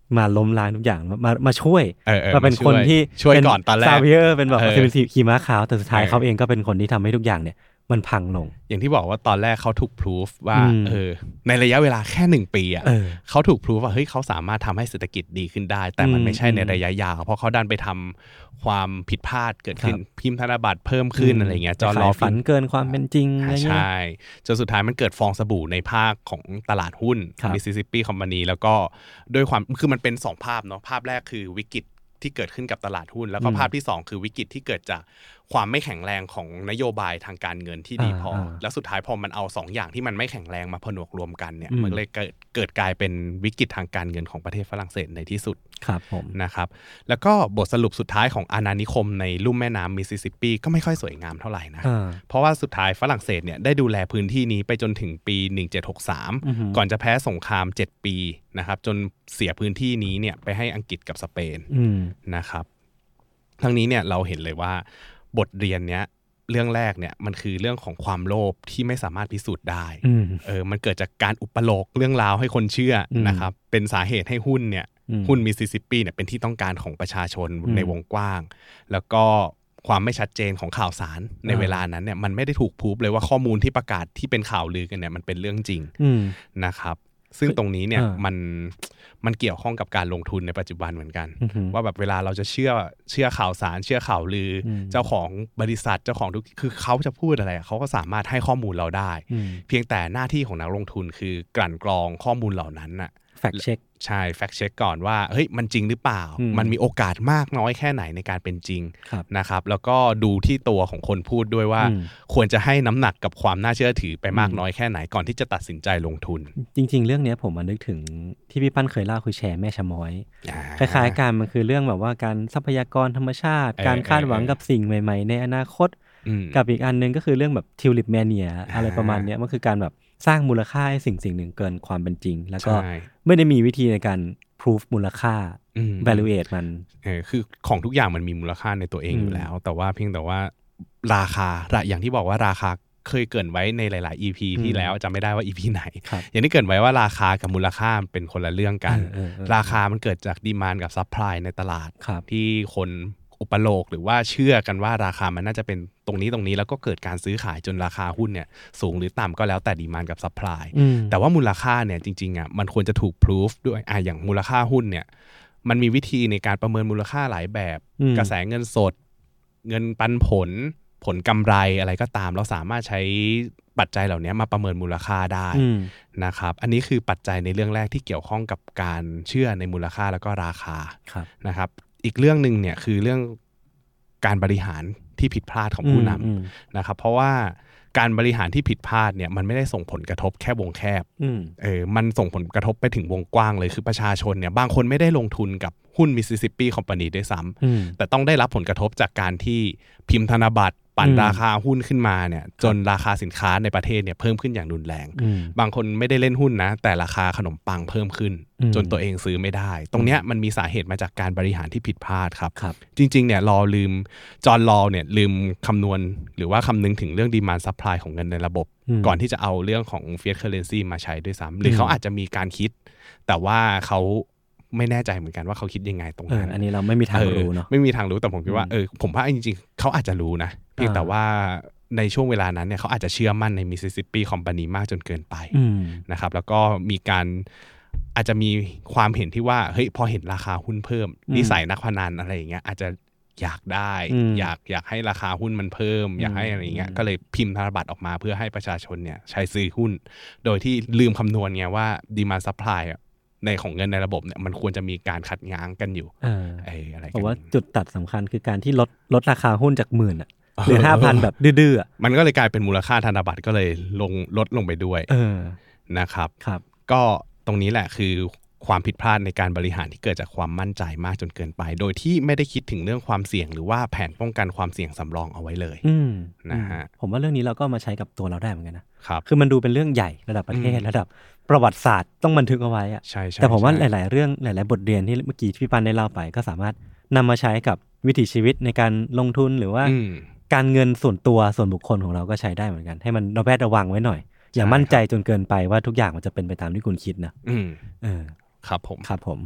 มาล้มล้างทุกอย่างมามาช่วยมาเป็นคนที่ช่วยก่อนตอนแรกซาเวียร์เป็นแบบเป็นขี่ม้าขาวแต่สุดท้ายเขาเองก็เป็นคนที่ทำให้ทุกอย่างเนี่ยมันพังลงอย่างที่บอกว่าตอนแรกเขาถูกพิสูจว่าเออในระยะเวลาแค่หนึ่งปีอ่ะเขาถูกพิสูจว่าเฮ้ยเขาสามารถทำให้เศรษฐกิจดีขึ้นได้แต่มันไม่ใช่ในระยะยาวเพราะเขาดันไปทำความผิดพลาดเกิดขึ้นพิมพ์ธนบัตรเพิ่มขึ้นอะไรเงี้ยจอรอฝันเกินความเป็นจริงใช่จนสุดท้ายมันเกิดฟองสบู่ในภาคของตลาดหุ้น Mississippi Company แล้วก็ด้วยความคือมันเป็นสองภาพเนาะภาพแรกคือวิกฤตที่เกิดขึ้นกับตลาดหุ้นแล้วก็ภาพที่สองคือวิกฤตที่เกิดจากความไม่แข็งแรงของนโยบายทางการเงินที่ดีพอแล้วสุดท้ายพอมันเอาสองอย่างที่มันไม่แข็งแรงมาผนวกรวมกันเนี่ยมันเลยเกิดเกิดกลายเป็นวิกฤตทางการเงินของประเทศฝรั่งเศสในที่สุดครับผมนะครับแล้วก็บทสรุปสุดท้ายของอาณานิคมในลุ่มแม่น้ำมิสซิสซิปปีก็ไม่ค่อยสวยงามเท่าไหร่นะเพราะว่าสุดท้ายฝรั่งเศสเนี่ยได้ดูแลพื้นที่นี้ไปจนถึงปีหนึ่งเจ็ดหกสามก่อนจะแพ้สงครามเจ็ดปีนะครับจนเสียพื้นที่นี้เนี่ยไปให้อังกฤษกับสเปนนะครับทั้งนี้เนี่ยเราเห็นเลยว่าบทเรียนเนี้ยเรื่องแรกเนี่ยมันคือเรื่องของความโลภที่ไม่สามารถพิสูจน์ได้เออมันเกิดจากการอุปโลกเรื่องราวให้คนเชื่อนะครับเป็นสาเหตุให้หุ้นเนี่ยหุ้นมิสซิสซิปปีเนี่ยเป็นที่ต้องการของประชาชนในวงกว้างแล้วก็ความไม่ชัดเจนของข่าวสารในเวลานั้นเนี่ยมันไม่ได้ถูกพิสูจน์เลยว่าข้อมูลที่ประกาศที่เป็นข่าวลือกันเนี่ยมันเป็นเรื่องจริงนะครับซึ่งตรงนี้เนี่ยมันมันเกี่ยวข้องกับการลงทุนในปัจจุบันเหมือนกันว่าแบบเวลาเราจะเชื่อเชื่อข่าวสารเชื่อข่าวลือเจ้าของบริษัทเจ้าของทุกคือเขาจะพูดอะไรเขาก็สามารถให้ข้อมูลเราได้เพียงแต่หน้าที่ของนักลงทุนคือกลั่นกรองข้อมูลเหล่านั้นน่ะแฟกเช็คใช่แฟกเช็คก่อนว่าเฮ้ยมันจริงหรือเปล่ามันมีโอกาสมากน้อยแค่ไหนในการเป็นจริงนะครับแล้วก็ดูที่ตัวของคนพูดด้วยว่าควรจะให้น้ำหนักกับความน่าเชื่อถือไปมากน้อยแค่ไหนก่อนที่จะตัดสินใจลงทุนจริงๆเรื่องนี้ผมมานึกถึงที่พี่ปั้นเคยเล่าคือแชร์แม่ชะม้อยคล้ายๆกันมันคือเรื่องแบบว่าการทรัพยากรธรรมชาติการคาดหวังกับสิ่งใหม่ๆในอนาคตกับอีกอันนึงก็คือเรื่องแบบทิวลิปแมเนียอะไรประมาณนี้มันคือการแบบสร้างมูลค่าให้สิ่งสิ่งหนึ่งเกินความเป็นจริงแล้วก็ไม่ได้มีวิธีในการ proof มูลค่า valuate มันเออคือของทุกอย่างมันมีมูลค่าในตัวเองอยู่แล้วแต่ว่าเพียงแต่ว่าราคาอย่างที่บอกว่าราคาเคยเกริ่นไว้ในหลายๆ อี พี ที่แล้วจำไม่ได้ว่า อี พี ไหนอย่างที่เกริ่นไว้ว่าราคากับมูลค่าเป็นคนละเรื่องกันราคามันเกิดจากดีมานด์กับซัพพลายในตลาดที่คนอุปโลกหรือว่าเชื่อกันว่าราคามันน่าจะเป็นตรงนี้ตรงนี้แล้วก็เกิดการซื้อขายจนราคาหุ้นเนี่ยสูงหรือต่ำก็แล้วแต่ดีมานด์กับซัพพลายแต่ว่ามูลค่าเนี่ยจริงๆอ่ะมันควรจะถูกพิสูจด้วยอ่ะอย่างมูลค่าหุ้นเนี่ยมันมีวิธีในการประเมินมูลค่าหลายแบบกระแสเงินสดเงินปันผลผลกำไรอะไรก็ตามเราสามารถใช้ปัจจัยเหล่านี้มาประเมินมูลค่าได้นะครับอันนี้คือปัจจัยในเรื่องแรกที่เกี่ยวข้องกับการเชื่อในมูลค่าแล้วก็ราคานะครับอีกเรื่องนึงเนี่ยคือเรื่องการบริหารที่ผิดพลาดของผู้นำนะครับเพราะว่าการบริหารที่ผิดพลาดเนี่ยมันไม่ได้ส่งผลกระทบแค่วงแคบเออมันส่งผลกระทบไปถึงวงกว้างเลยคือประชาชนเนี่ยบางคนไม่ได้ลงทุนกับหุ้น Mississippi Company ด้วยซ้ำแต่ต้องได้รับผลกระทบจากการที่พิมพ์ธนบัตรปั่นราคาหุ้นขึ้นมาเนี่ยจนราคาสินค้าในประเทศเนี่ยเพิ่มขึ้นอย่างรุนแรงบางคนไม่ได้เล่นหุ้นนะแต่ราคาขนมปังเพิ่มขึ้นจนตัวเองซื้อไม่ได้ตรงเนี้ยมันมีสาเหตุมาจากการบริหารที่ผิดพลาดครับจริงๆเนี่ยรอลืมจอห์นลอเนี่ยลืมคำนวณหรือว่าคำนึงถึงเรื่อง demand supply ของเงินในระบบก่อนที่จะเอาเรื่องของ fiat currency มาใช้ด้วยซ้ำหรือเขาอาจจะมีการคิดแต่ว่าเขาไม่แน่ใจเหมือนกันว่าเขาคิดยังไงตรงนั้นอ, อันนี้เราไม่มีทางรู้เนาะไม่มีทางรู้แต่ผมคิดว่าเออผมว่าจริงๆเขาอาจจะรู้นะเพียงแต่ว่าในช่วงเวลานั้นเนี่ยเขาอาจจะเชื่อมั่นใน Mississippi Company มากจนเกินไปนะครับแล้วก็มีการอาจจะมีความเห็นที่ว่าเฮ้ยพอเห็นราคาหุ้นเพิ่มนิสัยนักพนันอะไรอย่างเงี้ยอาจจะอยากได้อยากอยากให้ราคาหุ้นมันเพิ่มอยากให้อะไรอย่างเงี้ยก็เลยพิมพ์ธนบัตรออกมาเพื่อให้ประชาชนเนี่ยใช้ซื้อหุ้นโดยที่ลืมคำนวณไงว่า demand supplyในของเงินในระบบเนี่ยมันควรจะมีการขัดง้างกันอยู่ไอ้อะไรกันผมว่าจุดตัดสำคัญคือการที่ลดลดราคาหุ้นจากหมื่นอ่ะหรือ ห้าพัน แบบดื้อๆมันก็เลยกลายเป็นมูลค่าธนบัตรก็เลยลงลดลงไปด้วยนะครับก็ตรงนี้แหละคือความผิดพลาดในการบริหารที่เกิดจากความมั่นใจมากจนเกินไปโดยที่ไม่ได้คิดถึงเรื่องความเสี่ยงหรือว่าแผนป้องกันความเสี่ยงสำรองเอาไว้เลยนะฮะผมว่าเรื่องนี้เราก็มาใช้กับตัวเราได้เหมือนกันนะครับคือมันดูเป็นเรื่องใหญ่ระดับประเทศระดับประวัติศาสตร์ต้องบันทึกเอาไว้อะใช่ๆแต่ผมว่าหลายๆเรื่องหลายๆบทเรียนที่เมื่อกี้พี่ปันได้เล่าไปก็สามารถนำมาใช้กับวิถีชีวิตในการลงทุนหรือว่าการเงินส่วนตัวส่วนบุคคลของเราก็ใช้ได้เหมือนกันให้มันระแวดระวังไว้หน่อยอย่ามั่นใจจนเกินไปว่าทุกอย่างมันจะเป็นไปตามที่คุณคิดนะอืมเออครับผมครับผม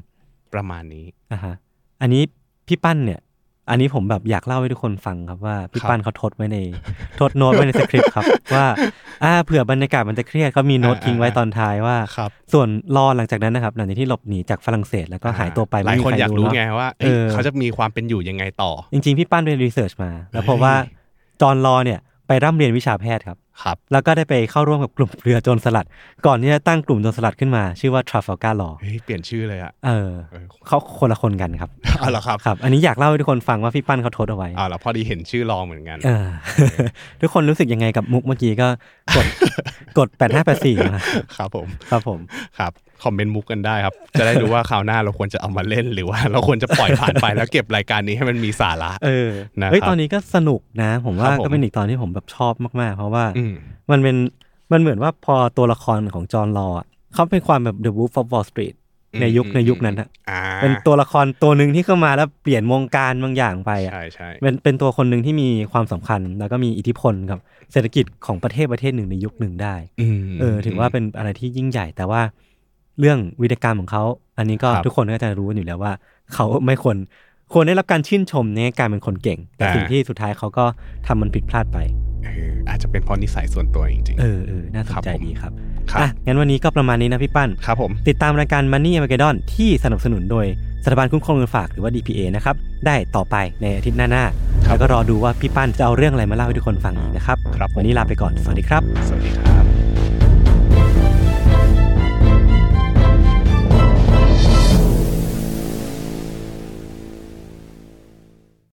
ประมาณนี้อ่าฮะอันนี้พี่ปั้นเนี่ยอันนี้ผมแบบอยากเล่าให้ทุกคนฟังครับว่าพี่ปั้นเขาทดไว้ในทดโน้ตไว้ในสคริปต์ครับว่าอ่าเผื่อบรรยากาศมันจะเครียดเขามีโน้ตทิ้งไว้ตอนท้ายว่าส่วนรอหลังจากนั้นนะครับหลังจากที่หลบหนีจากฝรั่งเศสแล้วก็หายตัวไปหลายคนอยากรู้ไงว่าเขาจะมีความเป็นอยู่ยังไงต่อจริงๆพี่ปั้นไปรีเสิร์ชมาแล้วพบว่าจอห์นลอเนี่ยไปร่ำเรียนวิชาแพทย์ครับครับแล้วก็ได้ไปเข้าร่วมกับกลุ่มเรือโจรสลัดก่อนที่จะตั้งกลุ่มโจรสลัดขึ้นมาชื่อว่า Trafalgar Law เฮ้ยเปลี่ยนชื่อเลยอ่ะเออเขาคนละคนกันครับอ๋อเหรอครับครับอันนี้อยากเล่าให้ทุกคนฟังว่าพี่ปั้นเขาทดเอาไว้อ๋อแล้วพอดีเห็นชื่อลอเหมือนกันเออทุกคนรู้สึกยังไงกับมุกเมื่อกี้ก็กดกดแปดห้าแปดสี่นะครับผมครับผมครับคอมเมนต์มุกกันได้ครับจะได้รู้ว่าคราวหน้าเราควรจะเอามาเล่นหรือว่าเราควรจะปล่อยผ่านไปแล้วเก็บรายการนี้ให้มันมีสาระเออนะเฮ้ยตอนนี้ก็สนุกนะผมว่าก็เป็นอีกตอนที่ผมแบบชอบมากๆเพราะว่ามันเป็นมันเหมือนว่าพอตัวละครของจอห์นลอเขาเป็นความแบบ The Wolf of Wall Street ในยุคในยุคนั้นนะเป็นตัวละครตัวนึงที่เข้ามาแล้วเปลี่ยนวงการบางอย่างไปอ่ะใช่ๆเป็นเป็นตัวคนนึงที่มีความสำคัญแล้วก็มีอิทธิพลกับเศรษฐกิจของประเทศประเทศหนึ่งในยุคหนึ่งได้เออถือว่าเป็นอะไรที่ยิ่งใหญ่แต่ว่าเรื่องวิธีการของเขาอันนี้ก็ทุกคนก็จะรู้กันอยู่แล้วว่าเขาไม่ควรควรได้รับการชื่นชมในการเป็นคนเก่งแต่สิ่งที่สุดท้ายเขาก็ทำมันผิดพลาดไปเอออาจจะเป็นเพราะนิสัยส่วนตัวจริงๆเออเออน่าสนใจดีครับอ่ะงั้นวันนี้ก็ประมาณนี้นะพี่ปั้นครับผมติดตามรายการ Money Armageddon ที่สนับสนุนโดยสถาบันคุ้มครองเงินฝากหรือว่า ดี พี เอ นะครับได้ต่อไปในอาทิตย์หน้าๆแล้วก็รอดูว่าพี่ปั้นจะเอาเรื่องอะไรมาเล่าให้ทุกคนฟังอีกนะครับวันนี้ลาไปก่อนสวัสดีครับสวัสดีครับ